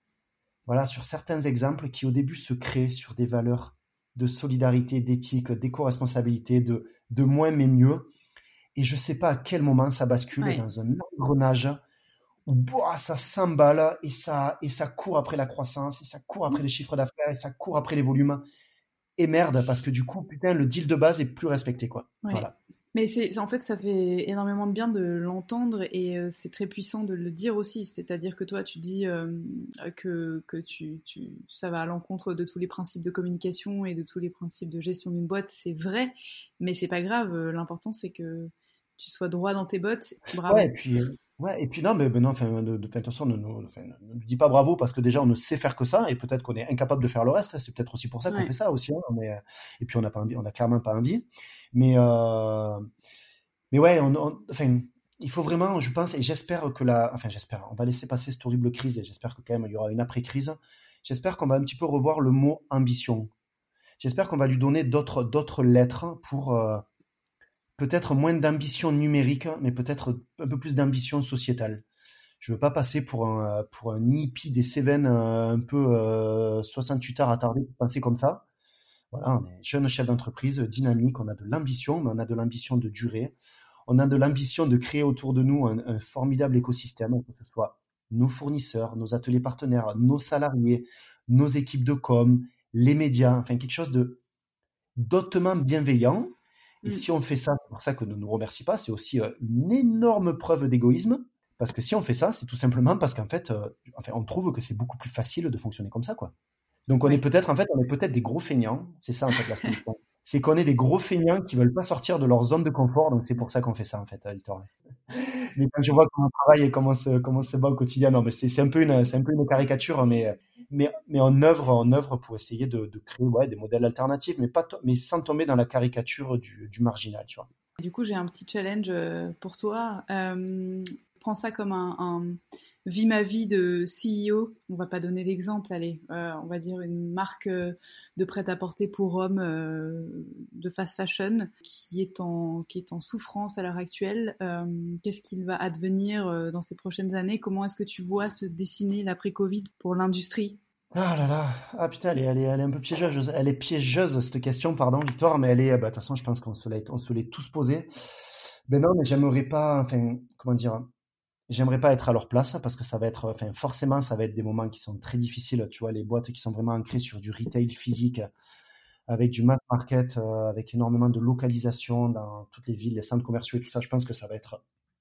voilà, sur certains exemples qui, au début, se créent sur des valeurs de solidarité, d'éthique, d'éco-responsabilité, de, de moins mais mieux. Et je ne sais pas à quel moment ça bascule ouais. dans un engrenage où boah, ça s'emballe et ça, et ça court après la croissance, et ça court après les chiffres d'affaires, et ça court après les volumes. Et merde, parce que du coup, putain, le deal de base est plus respecté, quoi. Ouais. Voilà. Mais c'est, en fait, ça fait énormément de bien de l'entendre et euh, c'est très puissant de le dire aussi. C'est-à-dire que toi, tu dis euh, que, que tu, tu, ça va à l'encontre de tous les principes de communication et de tous les principes de gestion d'une boîte. C'est vrai, mais c'est pas grave. L'important, c'est que tu sois droit dans tes bottes. Bravo. Ouais, et puis, ouais, et puis non, mais, mais non, enfin, de, de, de toute façon, ne nous dis pas bravo parce que déjà, on ne sait faire que ça et peut-être qu'on est incapable de faire le reste. C'est peut-être aussi pour ça qu'on ouais. fait ça aussi. Hein, mais, et puis, on n'a pas envie, on a clairement pas envie. Mais, euh, mais ouais, on, on, enfin, il faut vraiment, je pense, et j'espère que la, enfin, j'espère, on va laisser passer cette horrible crise et j'espère que quand même il y aura une après-crise. J'espère qu'on va un petit peu revoir le mot ambition. J'espère qu'on va lui donner d'autres, d'autres lettres pour euh, peut-être moins d'ambition numérique, mais peut-être un peu plus d'ambition sociétale. Je veux pas passer pour un, pour un hippie des Cévennes un peu euh, soixante-huit heures attardé pour penser comme ça. Voilà, on est jeune chef d'entreprise, dynamique, on a de l'ambition, mais on a de l'ambition de durée. On a de l'ambition de créer autour de nous un, un formidable écosystème, que ce soit nos fournisseurs, nos ateliers partenaires, nos salariés, nos équipes de com, les médias, enfin quelque chose de d'autrement bienveillant. Et mmh. si on fait ça, c'est pour ça que ne nous remercie pas, c'est aussi une énorme preuve d'égoïsme, parce que si on fait ça, c'est tout simplement parce qu'en fait, euh, enfin, on trouve que c'est beaucoup plus facile de fonctionner comme ça, quoi. Donc on oui. est peut-être, en fait, on est peut-être des gros feignants. C'est ça en fait la solution. C'est qu'on est des gros feignants qui veulent pas sortir de leur zone de confort. Donc c'est pour ça qu'on fait ça en fait, Victor. Mais quand je vois comment on travaille et comment se comment se bat au quotidien, non, mais c'est, c'est un peu une c'est un peu une caricature, mais mais mais en œuvre en œuvre pour essayer de, de créer ouais des modèles alternatifs, mais pas to- mais sans tomber dans la caricature du du marginal, tu vois. Du coup, j'ai un petit challenge pour toi. Euh, prends ça comme un, un Vis ma vie de C E O, on va pas donner d'exemple, allez, euh, on va dire une marque de prêt-à-porter pour hommes euh, de fast fashion qui est en qui est en souffrance à l'heure actuelle. Euh, qu'est-ce qu'il va advenir euh, dans ces prochaines années ? Comment est-ce que tu vois se dessiner l'après-Covid pour l'industrie ? Ah là là, ah putain, elle est, elle est, elle est un peu piégeuse, elle est piégeuse cette question, pardon Victoire, mais elle est, bah, de toute façon, je pense qu'on se l'est, on se l'est tous posé. Ben non, mais j'aimerais pas, enfin, comment dire. J'aimerais pas être à leur place parce que ça va être, enfin, forcément, ça va être des moments qui sont très difficiles. Tu vois, les boîtes qui sont vraiment ancrées sur du retail physique, avec du mass market, euh, avec énormément de localisation dans toutes les villes, les centres commerciaux et tout ça. Je pense que ça va être,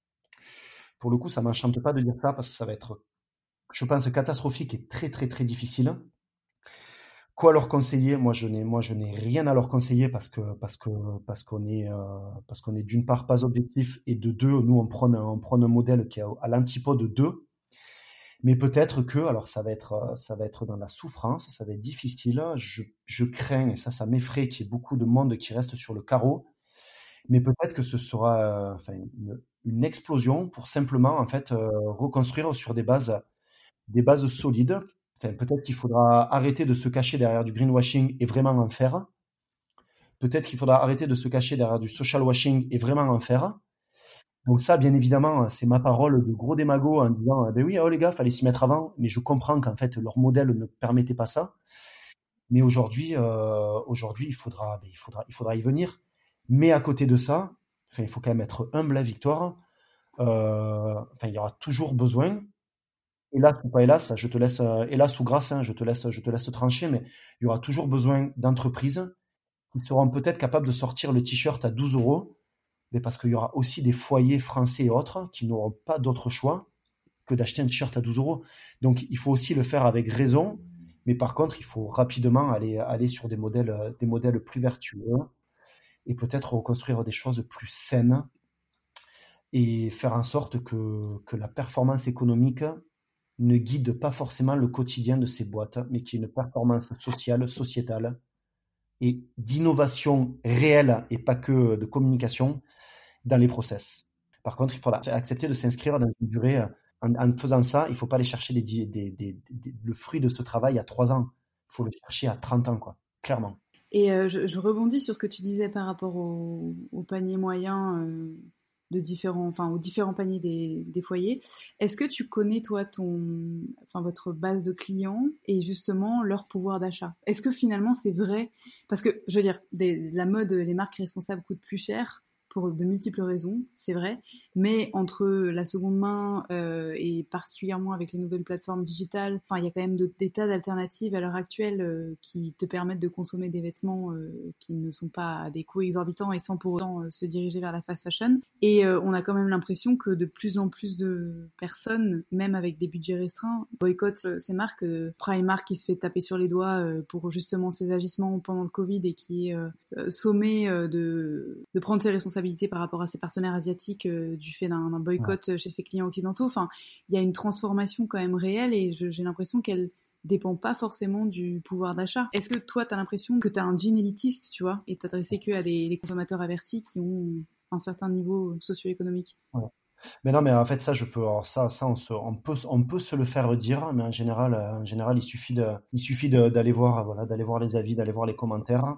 pour le coup, ça m'enchante pas de dire ça parce que ça va être, je pense, catastrophique et très, très, très difficile. Quoi leur conseiller ? Moi, je n'ai, moi, je n'ai rien à leur conseiller parce que, parce que, parce qu'on est, euh, parce qu'on est d'une part pas objectif et de deux, nous, on prend un, on prend un modèle qui est à l'antipode de deux. Mais peut-être que, alors ça va être, ça va être dans la souffrance, ça va être difficile. Je, je crains, et ça, ça m'effraie, qu'il y ait beaucoup de monde qui reste sur le carreau. Mais peut-être que ce sera euh, enfin, une, une explosion pour simplement en fait euh, reconstruire sur des bases, des bases solides. Enfin, peut-être qu'il faudra arrêter de se cacher derrière du greenwashing et vraiment en faire. Peut-être qu'il faudra arrêter de se cacher derrière du social washing et vraiment en faire. Donc ça, bien évidemment, c'est ma parole de gros démago en disant ben oui, oh les gars, fallait s'y mettre avant. Mais je comprends qu'en fait leur modèle ne permettait pas ça. Mais aujourd'hui, euh, aujourd'hui, il faudra, ben, il faudra, il faudra y venir. Mais à côté de ça, enfin, il faut quand même être humble à Victoire. Euh, enfin, il y aura toujours besoin. Hélas ou pas hélas, je te laisse, euh, hélas ou grâce, hein, je te laisse, je te laisse trancher, mais il y aura toujours besoin d'entreprises qui seront peut-être capables de sortir le t-shirt à douze euros, mais parce qu'il y aura aussi des foyers français et autres qui n'auront pas d'autre choix que d'acheter un t-shirt à douze euros. Donc, il faut aussi le faire avec raison, mais par contre, il faut rapidement aller, aller sur des modèles, des modèles plus vertueux et peut-être reconstruire des choses plus saines et faire en sorte que, que la performance économique ne guide pas forcément le quotidien de ces boîtes, mais qu'il y ait une performance sociale, sociétale et d'innovation réelle et pas que de communication dans les process. Par contre, il faudra accepter de s'inscrire dans une durée. En, en faisant ça, il ne faut pas aller chercher des, des, des, des, des, le fruit de ce travail à trois ans. Il faut le chercher à trente ans, quoi, clairement. Et euh, je, je rebondis sur ce que tu disais par rapport au, au panier moyen euh, de différents, enfin aux différents paniers des, des foyers. Est-ce que tu connais toi ton, enfin votre base de clients et justement leur pouvoir d'achat? Est-ce que finalement c'est vrai? Parce que je veux dire, des, la mode, les marques responsables coûtent plus cher pour de multiples raisons, c'est vrai, mais entre la seconde main euh, et particulièrement avec les nouvelles plateformes digitales, enfin il y a quand même de, des tas d'alternatives à l'heure actuelle euh, qui te permettent de consommer des vêtements euh, qui ne sont pas à des coûts exorbitants et sans pour autant euh, se diriger vers la fast fashion. Et euh, on a quand même l'impression que de plus en plus de personnes, même avec des budgets restreints, boycottent euh, ces marques. Euh, Primark qui se fait taper sur les doigts euh, pour justement ses agissements pendant le Covid et qui est euh, sommé euh, de, de prendre ses responsabilités par rapport à ses partenaires asiatiques euh, du fait d'un, d'un boycott ouais. chez ses clients occidentaux. Enfin, il y a une transformation quand même réelle et je, j'ai l'impression qu'elle dépend pas forcément du pouvoir d'achat. Est-ce que toi, t'as l'impression que t'as un jean élitiste, tu vois, et t'adresser que à des, des consommateurs avertis qui ont un certain niveau socio-économique? Ouais. Mais non, mais en fait, ça, je peux, alors ça, ça, on, se, on peut, on peut se le faire dire, mais en général, en général, il suffit de, il suffit de, d'aller voir, voilà, d'aller voir les avis, d'aller voir les commentaires.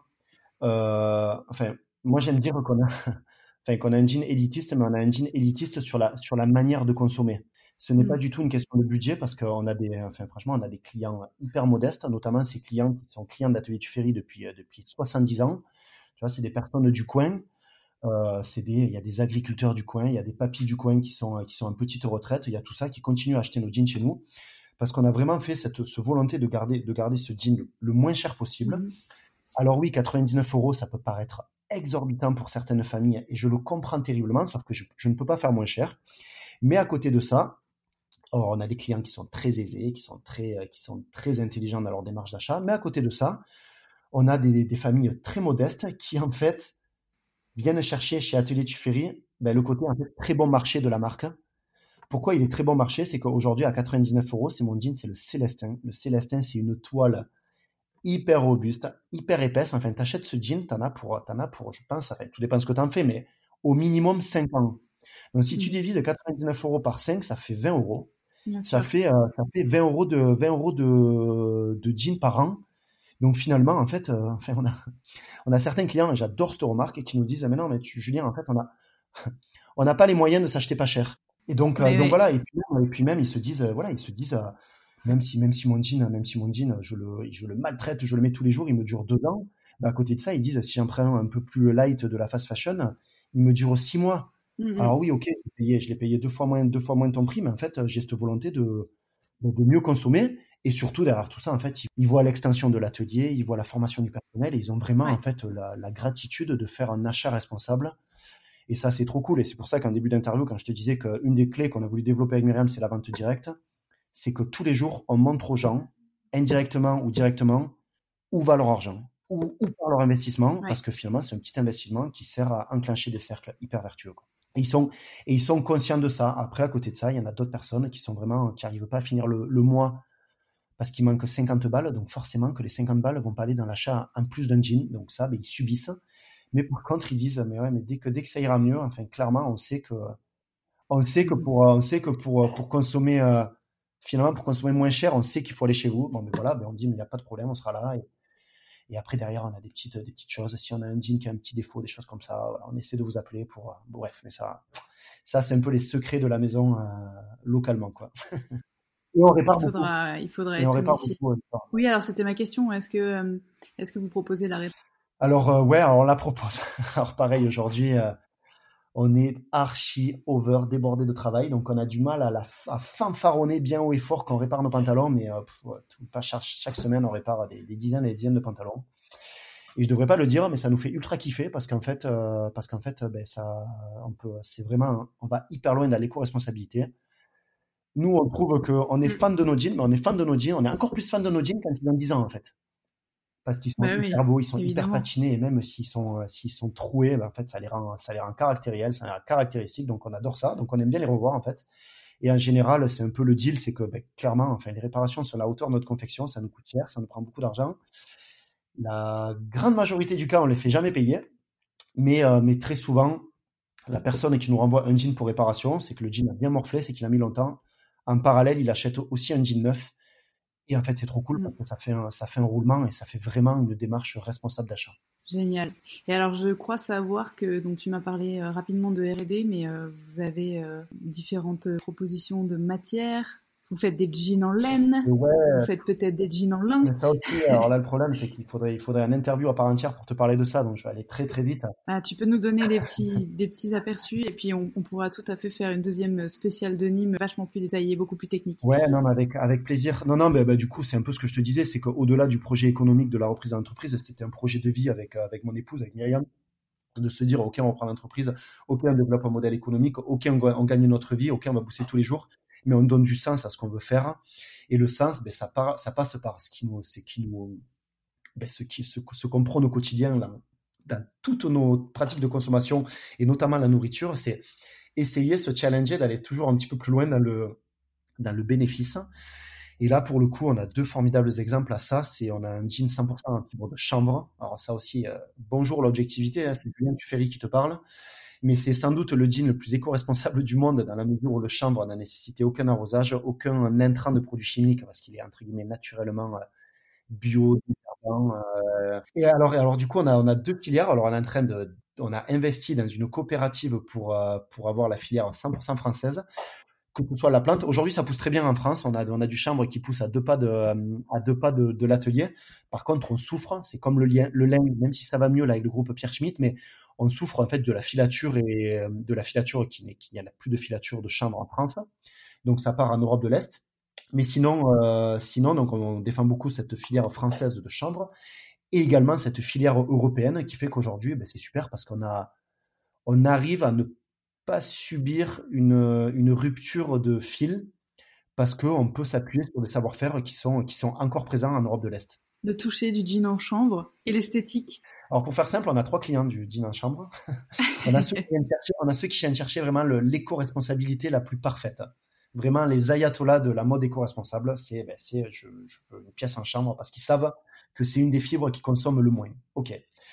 Euh, enfin, moi, j'aime dire qu'on a, enfin, qu'on a un jean élitiste, mais on a un jean élitiste sur la, sur la manière de consommer. Ce n'est mmh. pas du tout une question de budget parce qu'on a des, enfin, franchement, on a des clients hyper modestes, notamment ces clients qui sont clients d'Atelier du Ferry depuis, depuis soixante-dix ans. Tu vois, c'est des personnes du coin. Euh, c'est des, il y a des agriculteurs du coin, il y a des papis du coin qui sont, qui sont en petite retraite, il y a tout ça qui continue à acheter nos jeans chez nous parce qu'on a vraiment fait cette, cette volonté de garder, de garder ce jean le, le moins cher possible. Mmh. Alors oui, quatre-vingt-dix-neuf euros, ça peut paraître exorbitant pour certaines familles et je le comprends terriblement, sauf que je, je ne peux pas faire moins cher. Mais à côté de ça, alors on a des clients qui sont très aisés, qui sont très, qui sont très intelligents dans leur démarche d'achat, mais à côté de ça, on a des, des familles très modestes qui en fait viennent chercher chez Atelier du Ferry ben, le côté en fait, très bon marché de la marque. Pourquoi il est très bon marché? C'est qu'aujourd'hui, à quatre-vingt-dix-neuf euros, c'est mon jean, c'est le Célestin. Le Célestin, c'est une toile hyper robuste, hyper épaisse. Enfin, tu achètes ce jean, tu en as pour, t'en as pour, je pense, enfin, tout dépend de ce que tu en fais, mais au minimum cinq ans. Donc, si mmh. tu divises quatre-vingt-dix-neuf euros par cinq, ça fait vingt euros. Bien ça sûr. fait, euh, ça fait vingt euros de, vingt euros de, de jean par an. Donc finalement, en fait, euh, enfin, on a, on a certains clients, et j'adore cette remarque, qui nous disent, mais non, mais tu, Julien, en fait, on a, on n'a pas les moyens de s'acheter pas cher. Et donc, euh, donc oui. voilà. Et puis, et puis même, ils se disent, euh, voilà, ils se disent, euh, même si, même si mon jean, même si mon jean, je le, je le maltraite, je le mets tous les jours, il me dure deux ans. Bah, à côté de ça, ils disent, si j'en prends un peu plus light de la fast fashion, il me dure six mois. Mm-hmm. Alors oui, ok, je l'ai payé, je l'ai payé deux fois moins, deux fois moins ton prix, mais en fait, j'ai cette volonté de, de, de mieux consommer. Et surtout, derrière tout ça, en fait, ils voient l'extension de l'atelier, ils voient la formation du personnel et ils ont vraiment, ouais. en fait, la, la gratitude de faire un achat responsable. Et ça, c'est trop cool. Et c'est pour ça qu'en début d'interview, quand je te disais qu'une des clés qu'on a voulu développer avec Myriam, c'est la vente directe, c'est que tous les jours, on montre aux gens, indirectement ou directement, où va leur argent, où, où part leur investissement, ouais. parce que finalement, c'est un petit investissement qui sert à enclencher des cercles hyper vertueux, quoi. Et ils sont, et ils sont conscients de ça. Après, à côté de ça, il y en a d'autres personnes qui sont vraiment, qui n'arrivent pas à finir le, le mois parce qu'il manque cinquante balles. Donc, forcément, que les cinquante balles vont pas aller dans l'achat en plus d'un jean. Donc, ça, ben, ils subissent. Mais par contre, ils disent, mais ouais, mais dès que, dès que ça ira mieux, enfin, clairement, on sait que, on sait que pour, on sait que pour, pour consommer, euh, finalement, pour consommer moins cher, on sait qu'il faut aller chez vous. Bon, mais voilà, ben, on dit, mais il n'y a pas de problème, on sera là. Et, et après, derrière, on a des petites, des petites choses. Si on a un jean qui a un petit défaut, des choses comme ça, voilà, on essaie de vous appeler pour, euh, bref, mais ça, Ça, c'est un peu les secrets de la maison euh, localement, quoi. Et on répare il faudra, beaucoup. Il faudra Et être on répare initié. beaucoup. Euh, oui, alors c'était ma question. Est-ce que, euh, est-ce que vous proposez la réparation? Alors, euh, ouais, alors on la propose. Alors, pareil, aujourd'hui, euh, on est archi over, débordé de travail. Donc, on a du mal à, la, à fanfaronner bien haut et fort quand on répare nos pantalons. Mais euh, pff, ouais, tout, pas chaque, chaque semaine, on répare des, des dizaines et des dizaines de pantalons. Et je devrais pas le dire, mais ça nous fait ultra kiffer parce qu'en fait, euh, parce qu'en fait, ben ça, on peut, c'est vraiment, on va hyper loin dans l'éco-responsabilité. Nous, on trouve qu'on est fan de nos jeans, mais on est fan de nos jeans, on est encore plus fan de nos jeans quand ils ont dix ans, en fait. Parce qu'ils sont bah hyper oui, beaux, ils sont évidemment. hyper patinés, et même s'ils sont, euh, s'ils sont troués, ben, en fait, ça les rend, ça les rend caractériels, ça les rend caractéristiques, donc on adore ça, donc on aime bien les revoir, en fait. Et en général, c'est un peu le deal, c'est que, ben, clairement, enfin, les réparations sont à la hauteur de notre confection, ça nous coûte cher, ça nous prend beaucoup d'argent. La grande majorité du cas, on ne les fait jamais payer, mais, euh, mais très souvent, la personne qui nous renvoie un jean pour réparation, c'est que le jean a bien morflé, c'est qu'il a mis longtemps. En parallèle, il achète aussi un jean neuf. Et en fait, c'est trop cool parce que ça fait un, ça fait un roulement et ça fait vraiment une démarche responsable d'achat. Génial. Et alors, je crois savoir que, donc tu m'as parlé euh, rapidement de R et D, mais euh, vous avez euh, différentes propositions de matières. Vous faites des jeans en laine, ouais, vous faites peut-être des jeans en lin. Mais ça aussi, alors là, le problème, c'est qu'il faudrait, il faudrait un interview à part entière pour te parler de ça, donc je vais aller très très vite. Ah, tu peux nous donner des petits, des petits aperçus et puis on, on pourra tout à fait faire une deuxième spéciale de Nîmes vachement plus détaillée, beaucoup plus technique. Ouais, non, mais avec, avec plaisir. Non, non, mais bah, du coup, c'est un peu ce que je te disais, c'est qu'au-delà du projet économique de la reprise d'entreprise, c'était un projet de vie avec, avec mon épouse, avec Myriam, de se dire, OK, on reprend l'entreprise, OK, on développe un modèle économique, OK, on, on gagne notre vie, OK, on va bosser tous les jours, mais on donne du sens à ce qu'on veut faire. Et le sens, ben, ça, part, ça passe par ce qui nous, c'est qui nous, ben, ce, qui, ce, ce qu'on prône au quotidien, là, dans toutes nos pratiques de consommation, et notamment la nourriture, c'est essayer, se challenger, d'aller toujours un petit peu plus loin dans le, dans le bénéfice. Et là, pour le coup, on a deux formidables exemples à ça. C'est, on a un jean cent pour cent en fibre de chanvre. Alors ça aussi, euh, bonjour l'objectivité, hein, c'est Julien Duféry qui te parle. Mais c'est sans doute le jean le plus éco-responsable du monde dans la mesure où le chanvre n'a nécessité aucun arrosage, aucun intrant de produits chimiques parce qu'il est entre guillemets naturellement euh, bio, détergent. Euh, et alors, et alors du coup, on a, on a deux filières. Alors on est en train de, on a investi dans une coopérative pour euh, pour avoir la filière cent pour cent française. Que ce soit la plante. Aujourd'hui, ça pousse très bien en France. On a, on a du chanvre qui pousse à deux pas de, à deux pas de, de l'atelier. Par contre, on souffre. C'est comme le lien, le lin, même si ça va mieux là avec le groupe Pierre Schmitt, mais on souffre en fait de la filature et de la filature qui n'est, qu'il n'y a plus de filature de chanvre en France. Donc, ça part en Europe de l'Est. Mais sinon, euh, sinon, donc, on défend beaucoup cette filière française de chanvre et également cette filière européenne qui fait qu'aujourd'hui, ben, c'est super parce qu'on a, on arrive à ne pas subir une, une rupture de fil parce qu'on peut s'appuyer sur des savoir-faire qui sont, qui sont encore présents en Europe de l'Est. Le toucher du jean en chanvre et l'esthétique. Alors pour faire simple, on a trois clients du jean en chanvre. on, a ceux qui viennent chercher, on a ceux qui viennent chercher vraiment le, l'éco-responsabilité la plus parfaite. Vraiment les ayatollahs de la mode éco-responsable, c'est, ben, c'est je, je veux une pièce en chanvre parce qu'ils savent que c'est une des fibres qui consomment le moins. Ok.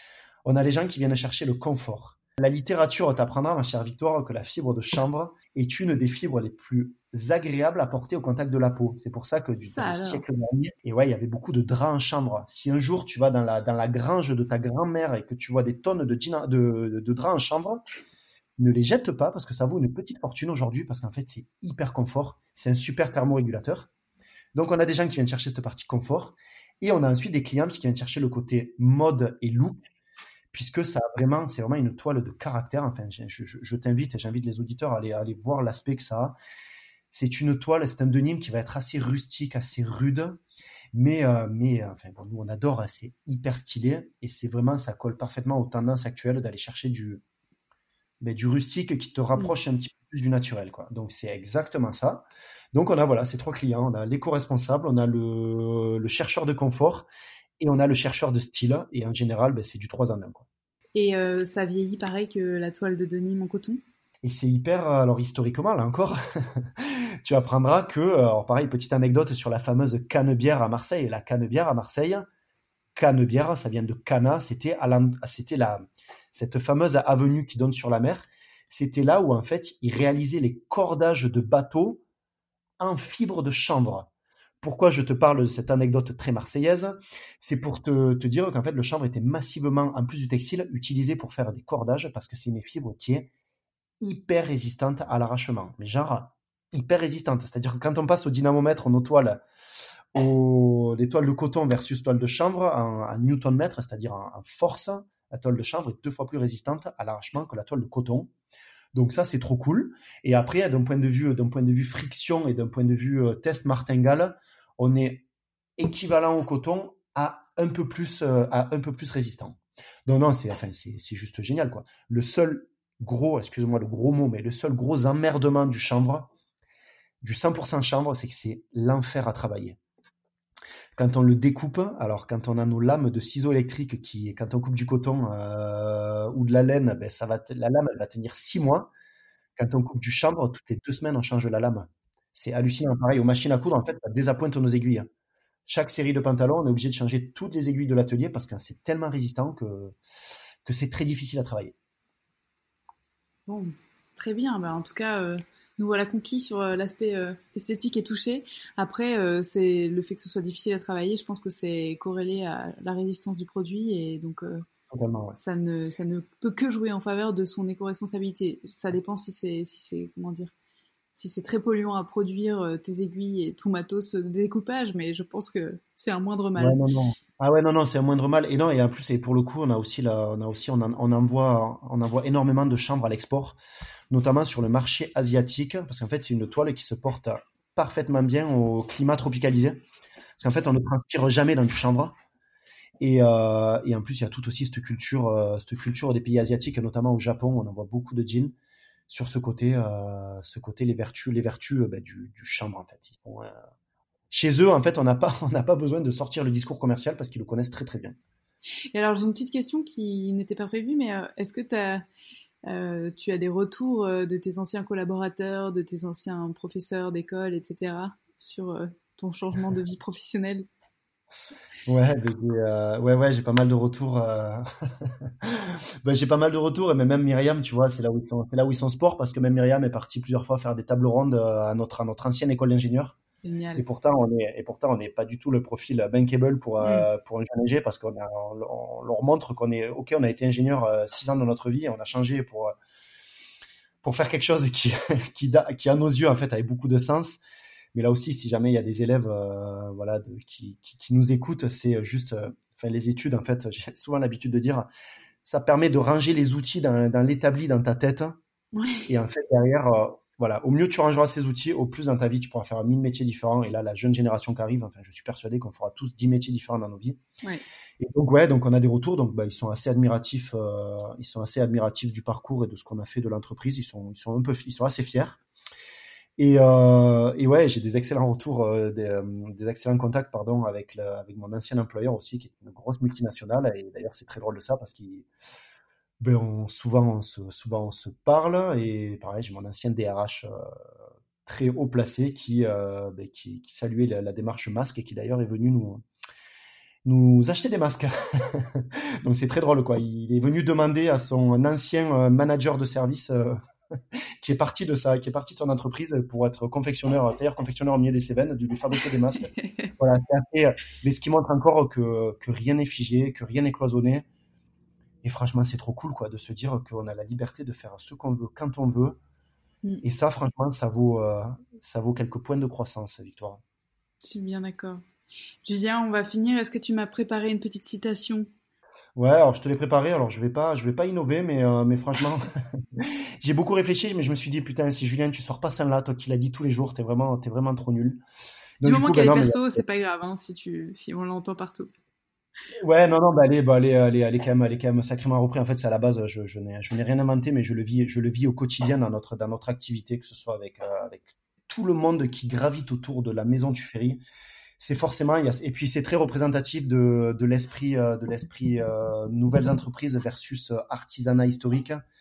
On a les gens qui viennent chercher le confort. La littérature t'apprendra, ma chère Victoire, que la fibre de chanvre est une des fibres les plus agréables à porter au contact de la peau. C'est pour ça que du ça, siècle dernier, et ouais, il y avait beaucoup de draps en chanvre. Si un jour tu vas dans la, dans la grange de ta grand-mère et que tu vois des tonnes de, jean, de, de, de draps en chanvre, ne les jette pas parce que ça vaut une petite fortune aujourd'hui parce qu'en fait, c'est hyper confort. C'est un super thermorégulateur. Donc, on a des gens qui viennent chercher cette partie confort et on a ensuite des clients qui viennent chercher le côté mode et look. Puisque ça a vraiment, c'est vraiment une toile de caractère. Enfin, je, je, je t'invite et j'invite les auditeurs à aller, à aller voir l'aspect que ça a. C'est une toile, c'est un denim qui va être assez rustique, assez rude, mais, euh, mais enfin, bon, nous on adore, c'est hyper stylé et c'est vraiment, ça colle parfaitement aux tendances actuelles d'aller chercher du, ben, du rustique qui te rapproche un petit peu plus du naturel, quoi. Donc c'est exactement ça. Donc on a voilà, ces trois clients, on a l'éco-responsable, on a le, le chercheur de confort. Et on a le chercheur de style, et en général, ben, c'est du trois en un. Quoi. Et euh, ça vieillit pareil que la toile de denim en coton ? Et c'est hyper, alors historiquement, là encore, tu apprendras que, alors pareil, petite anecdote sur la fameuse Canebière à Marseille. La Canebière à Marseille, Canebière, ça vient de Cana, c'était, à la, c'était la, cette fameuse avenue qui donne sur la mer. C'était là où, en fait, ils réalisaient les cordages de bateaux en fibre de chanvre. Pourquoi je te parle de cette anecdote très marseillaise? C'est pour te, te dire qu'en fait, le chanvre était massivement, en plus du textile, utilisé pour faire des cordages parce que c'est une fibre qui est hyper résistante à l'arrachement. Mais genre, hyper résistante. C'est-à-dire que quand on passe au dynamomètre, nos toiles, aux, les toiles de coton versus toiles de chanvre, en, en newton-mètre, c'est-à-dire en, en force, la toile de chanvre est deux fois plus résistante à l'arrachement que la toile de coton. Donc ça, c'est trop cool. Et après, d'un point de vue, d'un point de vue friction et d'un point de vue euh, test martingale, on est équivalent au coton à un peu plus, euh, à un peu plus résistant. Donc non, c'est, enfin, c'est, c'est juste génial, quoi. Le seul gros, excuse-moi le gros mot, mais le seul gros emmerdement du chanvre, du cent pour cent chanvre, c'est que c'est l'enfer à travailler. Quand on le découpe, alors quand on a nos lames de ciseaux électriques, qui, quand on coupe du coton euh, ou de la laine, ben ça va te, la lame elle va tenir six mois. Quand on coupe du chanvre, toutes les deux semaines on change la lame. C'est hallucinant. Pareil, aux machines à coudre, en fait, ça désappointe nos aiguilles. Chaque série de pantalons, on est obligé de changer toutes les aiguilles de l'atelier parce que c'est tellement résistant que, que c'est très difficile à travailler. Bon, très bien. Bah, en tout cas, euh, nous voilà conquis sur euh, l'aspect euh, esthétique et touché. Après, euh, c'est le fait que ce soit difficile à travailler, je pense que c'est corrélé à la résistance du produit et donc euh, Totalement, ouais. ça ne ça ne peut que jouer en faveur de son éco-responsabilité. Ça dépend si c'est si c'est comment dire. Si c'est très polluant à produire euh, tes aiguilles et ton matos de découpage, mais je pense que c'est un moindre mal. Ouais, non, non. Ah ouais, non, non, c'est un moindre mal. Et non, et en plus, et pour le coup, on a aussi, la, on a aussi, on, en, on envoie, on envoie énormément de chanvre à l'export, notamment sur le marché asiatique, parce qu'en fait, c'est une toile qui se porte parfaitement bien au climat tropicalisé. Parce qu'en fait, on ne transpire jamais dans du chanvre. Et, euh, et en plus, il y a toute aussi cette culture, euh, cette culture des pays asiatiques, notamment au Japon, on envoie beaucoup de jeans. Sur ce côté, euh, ce côté les vertus, les vertus euh, bah, du, du chanvre en fait. Ils sont, euh... Chez eux, en fait, on n'a pas, on n'a pas besoin de sortir le discours commercial parce qu'ils le connaissent très très bien. Et alors j'ai une petite question qui n'était pas prévue, mais euh, est-ce que t'as, euh, tu as des retours euh, de tes anciens collaborateurs, de tes anciens professeurs d'école, et cetera, sur euh, ton changement de vie professionnelle? Ouais, des, des, euh, ouais, ouais, j'ai pas mal de retours. Euh... ben, j'ai pas mal de retours, et même Myriam, tu vois, c'est là où ils sont, c'est là où ils sont sport, parce que même Myriam est partie plusieurs fois faire des tables rondes à notre, à notre ancienne école d'ingénieurs. Génial. Et pourtant, on est, et pourtant, on n'est pas du tout le profil bankable pour, euh, Mm. pour un jeune ingé, parce qu'on a, on, on leur montre qu'on est, ok, on a été ingénieur euh, six ans de notre vie, et on a changé pour, pour faire quelque chose qui, qui, qui, à nos yeux, en fait, avait beaucoup de sens. Mais là aussi, si jamais il y a des élèves, euh, voilà, de, qui, qui, qui nous écoutent, c'est juste, euh, enfin, les études, en fait, j'ai souvent l'habitude de dire, ça permet de ranger les outils dans, dans l'établi dans ta tête. Ouais. Et en fait, derrière, euh, voilà, au mieux tu rangeras ces outils, au plus dans ta vie, tu pourras faire mille métiers différents. Et là, la jeune génération qui arrive, enfin, je suis persuadé qu'on fera tous dix métiers différents dans nos vies. Ouais. Et donc, ouais, donc on a des retours. Donc, bah, ils sont assez admiratifs, euh, ils sont assez admiratifs du parcours et de ce qu'on a fait de l'entreprise. Ils sont, ils sont un peu, ils sont assez fiers. Et, euh, et ouais, j'ai des excellents retours, euh, des, euh, des excellents contacts, pardon, avec, le, avec mon ancien employeur aussi, qui est une grosse multinationale. Et d'ailleurs, c'est très drôle de ça parce qu'il, ben, on, souvent, on se, souvent, on se parle. Et pareil, j'ai mon ancien D R H euh, très haut placé qui, euh, ben, qui, qui saluait la, la démarche masque et qui d'ailleurs est venu nous, nous acheter des masques. Donc c'est très drôle, quoi. Il est venu demander à son ancien manager de service. Euh, qui est parti de ça, qui est parti de son entreprise pour être confectionneur, tailleur confectionneur au milieu des Cévennes, de lui fabriquer des masques. Voilà, c'est assez, mais ce qui montre encore que, que rien n'est figé, que rien n'est cloisonné. Et franchement, c'est trop cool, quoi, de se dire qu'on a la liberté de faire ce qu'on veut, quand on veut. Mm. Et ça, franchement, ça vaut, euh, ça vaut quelques points de croissance, Victoire. Je suis bien d'accord. Julien, on va finir. Est-ce que tu m'as préparé une petite citation ? Ouais, alors je te l'ai préparé, alors je vais pas, je vais pas innover, mais, euh, mais franchement, j'ai beaucoup réfléchi, mais je me suis dit, putain, si Julien, tu sors pas celle-là, toi qui l'as dit tous les jours, t'es vraiment, t'es vraiment trop nul. Donc, du moment qu'elle est perso, mais... c'est pas grave, hein, si tu, si on l'entend partout. Ouais, non, non, bah, elle est, bah, elle est, elle est, elle est quand même, elle est quand même sacrément repris. En fait, c'est à la base, je, je n'ai, je n'ai rien inventé, mais je le vis, je le vis au quotidien dans notre, dans notre activité, que ce soit avec, euh, avec tout le monde qui gravite autour de la maison Tuffery. C'est forcément, il y a, et puis c'est très représentatif de, de l'esprit, de l'esprit euh, nouvelles entreprises versus artisanat historique.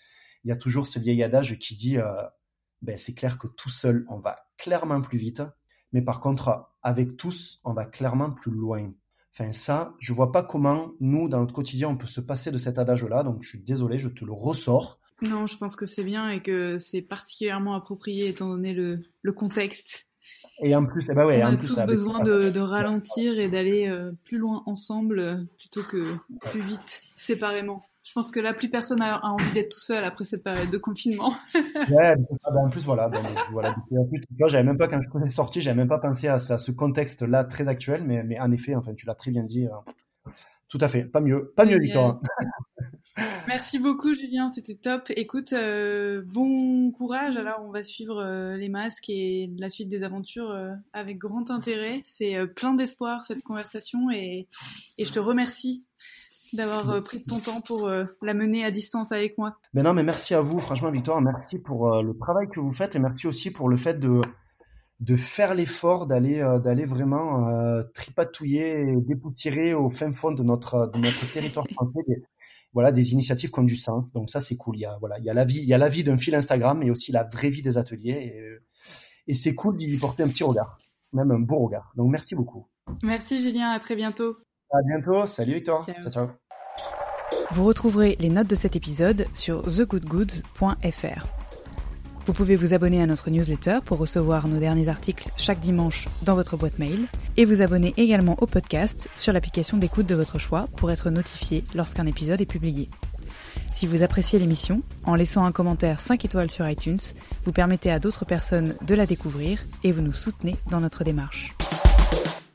il y a toujours ce vieil adage qui dit euh, ben, c'est clair que tout seul, on va clairement plus vite, mais par contre, avec tous, on va clairement plus loin. Enfin, ça, je vois pas comment, nous, dans notre quotidien, on peut se passer de cet adage-là, donc je suis désolé, je te le ressors. Non, je pense que c'est bien et que c'est particulièrement approprié étant donné le, le contexte. Et en plus, eh ben ouais, on en a plus, tous avec... besoin de, de ralentir et d'aller euh, plus loin ensemble euh, plutôt que plus vite séparément. Je pense que là, plus personne a, a envie d'être tout seul après cette période de confinement. Ouais, en plus, voilà. Ben, voilà en plus, tu vois, j'avais même pas, quand je suis sorti, j'avais même pas pensé à, à ce contexte-là très actuel, mais, mais en effet, enfin, tu l'as très bien dit. Euh, tout à fait. Pas mieux. Pas mieux, Victor. Merci beaucoup, Julien. C'était top. Écoute, euh, bon courage. Alors, on va suivre euh, les masques et la suite des aventures euh, avec grand intérêt. C'est euh, plein d'espoir, cette conversation, et, et je te remercie d'avoir euh, pris de ton temps pour euh, la mener à distance avec moi. Mais non, mais merci à vous, franchement, Victoire, merci pour euh, le travail que vous faites et merci aussi pour le fait de, de faire l'effort d'aller, euh, d'aller vraiment euh, tripatouiller et dépoussiérer au fin fond de notre, de notre territoire français des, voilà, des initiatives qui ont du sens. Donc ça, c'est cool. Il y a, voilà, il y a la vie, il y a la vie d'un fil Instagram, mais aussi la vraie vie des ateliers. Et, et c'est cool d'y porter un petit regard, même un beau regard. Donc merci beaucoup. Merci, Julien. À très bientôt. À bientôt. Salut, Victor. Ciao, ciao. ciao. Vous retrouverez les notes de cet épisode sur the good goods point f r. Vous pouvez vous abonner à notre newsletter pour recevoir nos derniers articles chaque dimanche dans votre boîte mail et vous abonner également au podcast sur l'application d'écoute de votre choix pour être notifié lorsqu'un épisode est publié. Si vous appréciez l'émission, en laissant un commentaire cinq étoiles sur iTunes, vous permettez à d'autres personnes de la découvrir et vous nous soutenez dans notre démarche.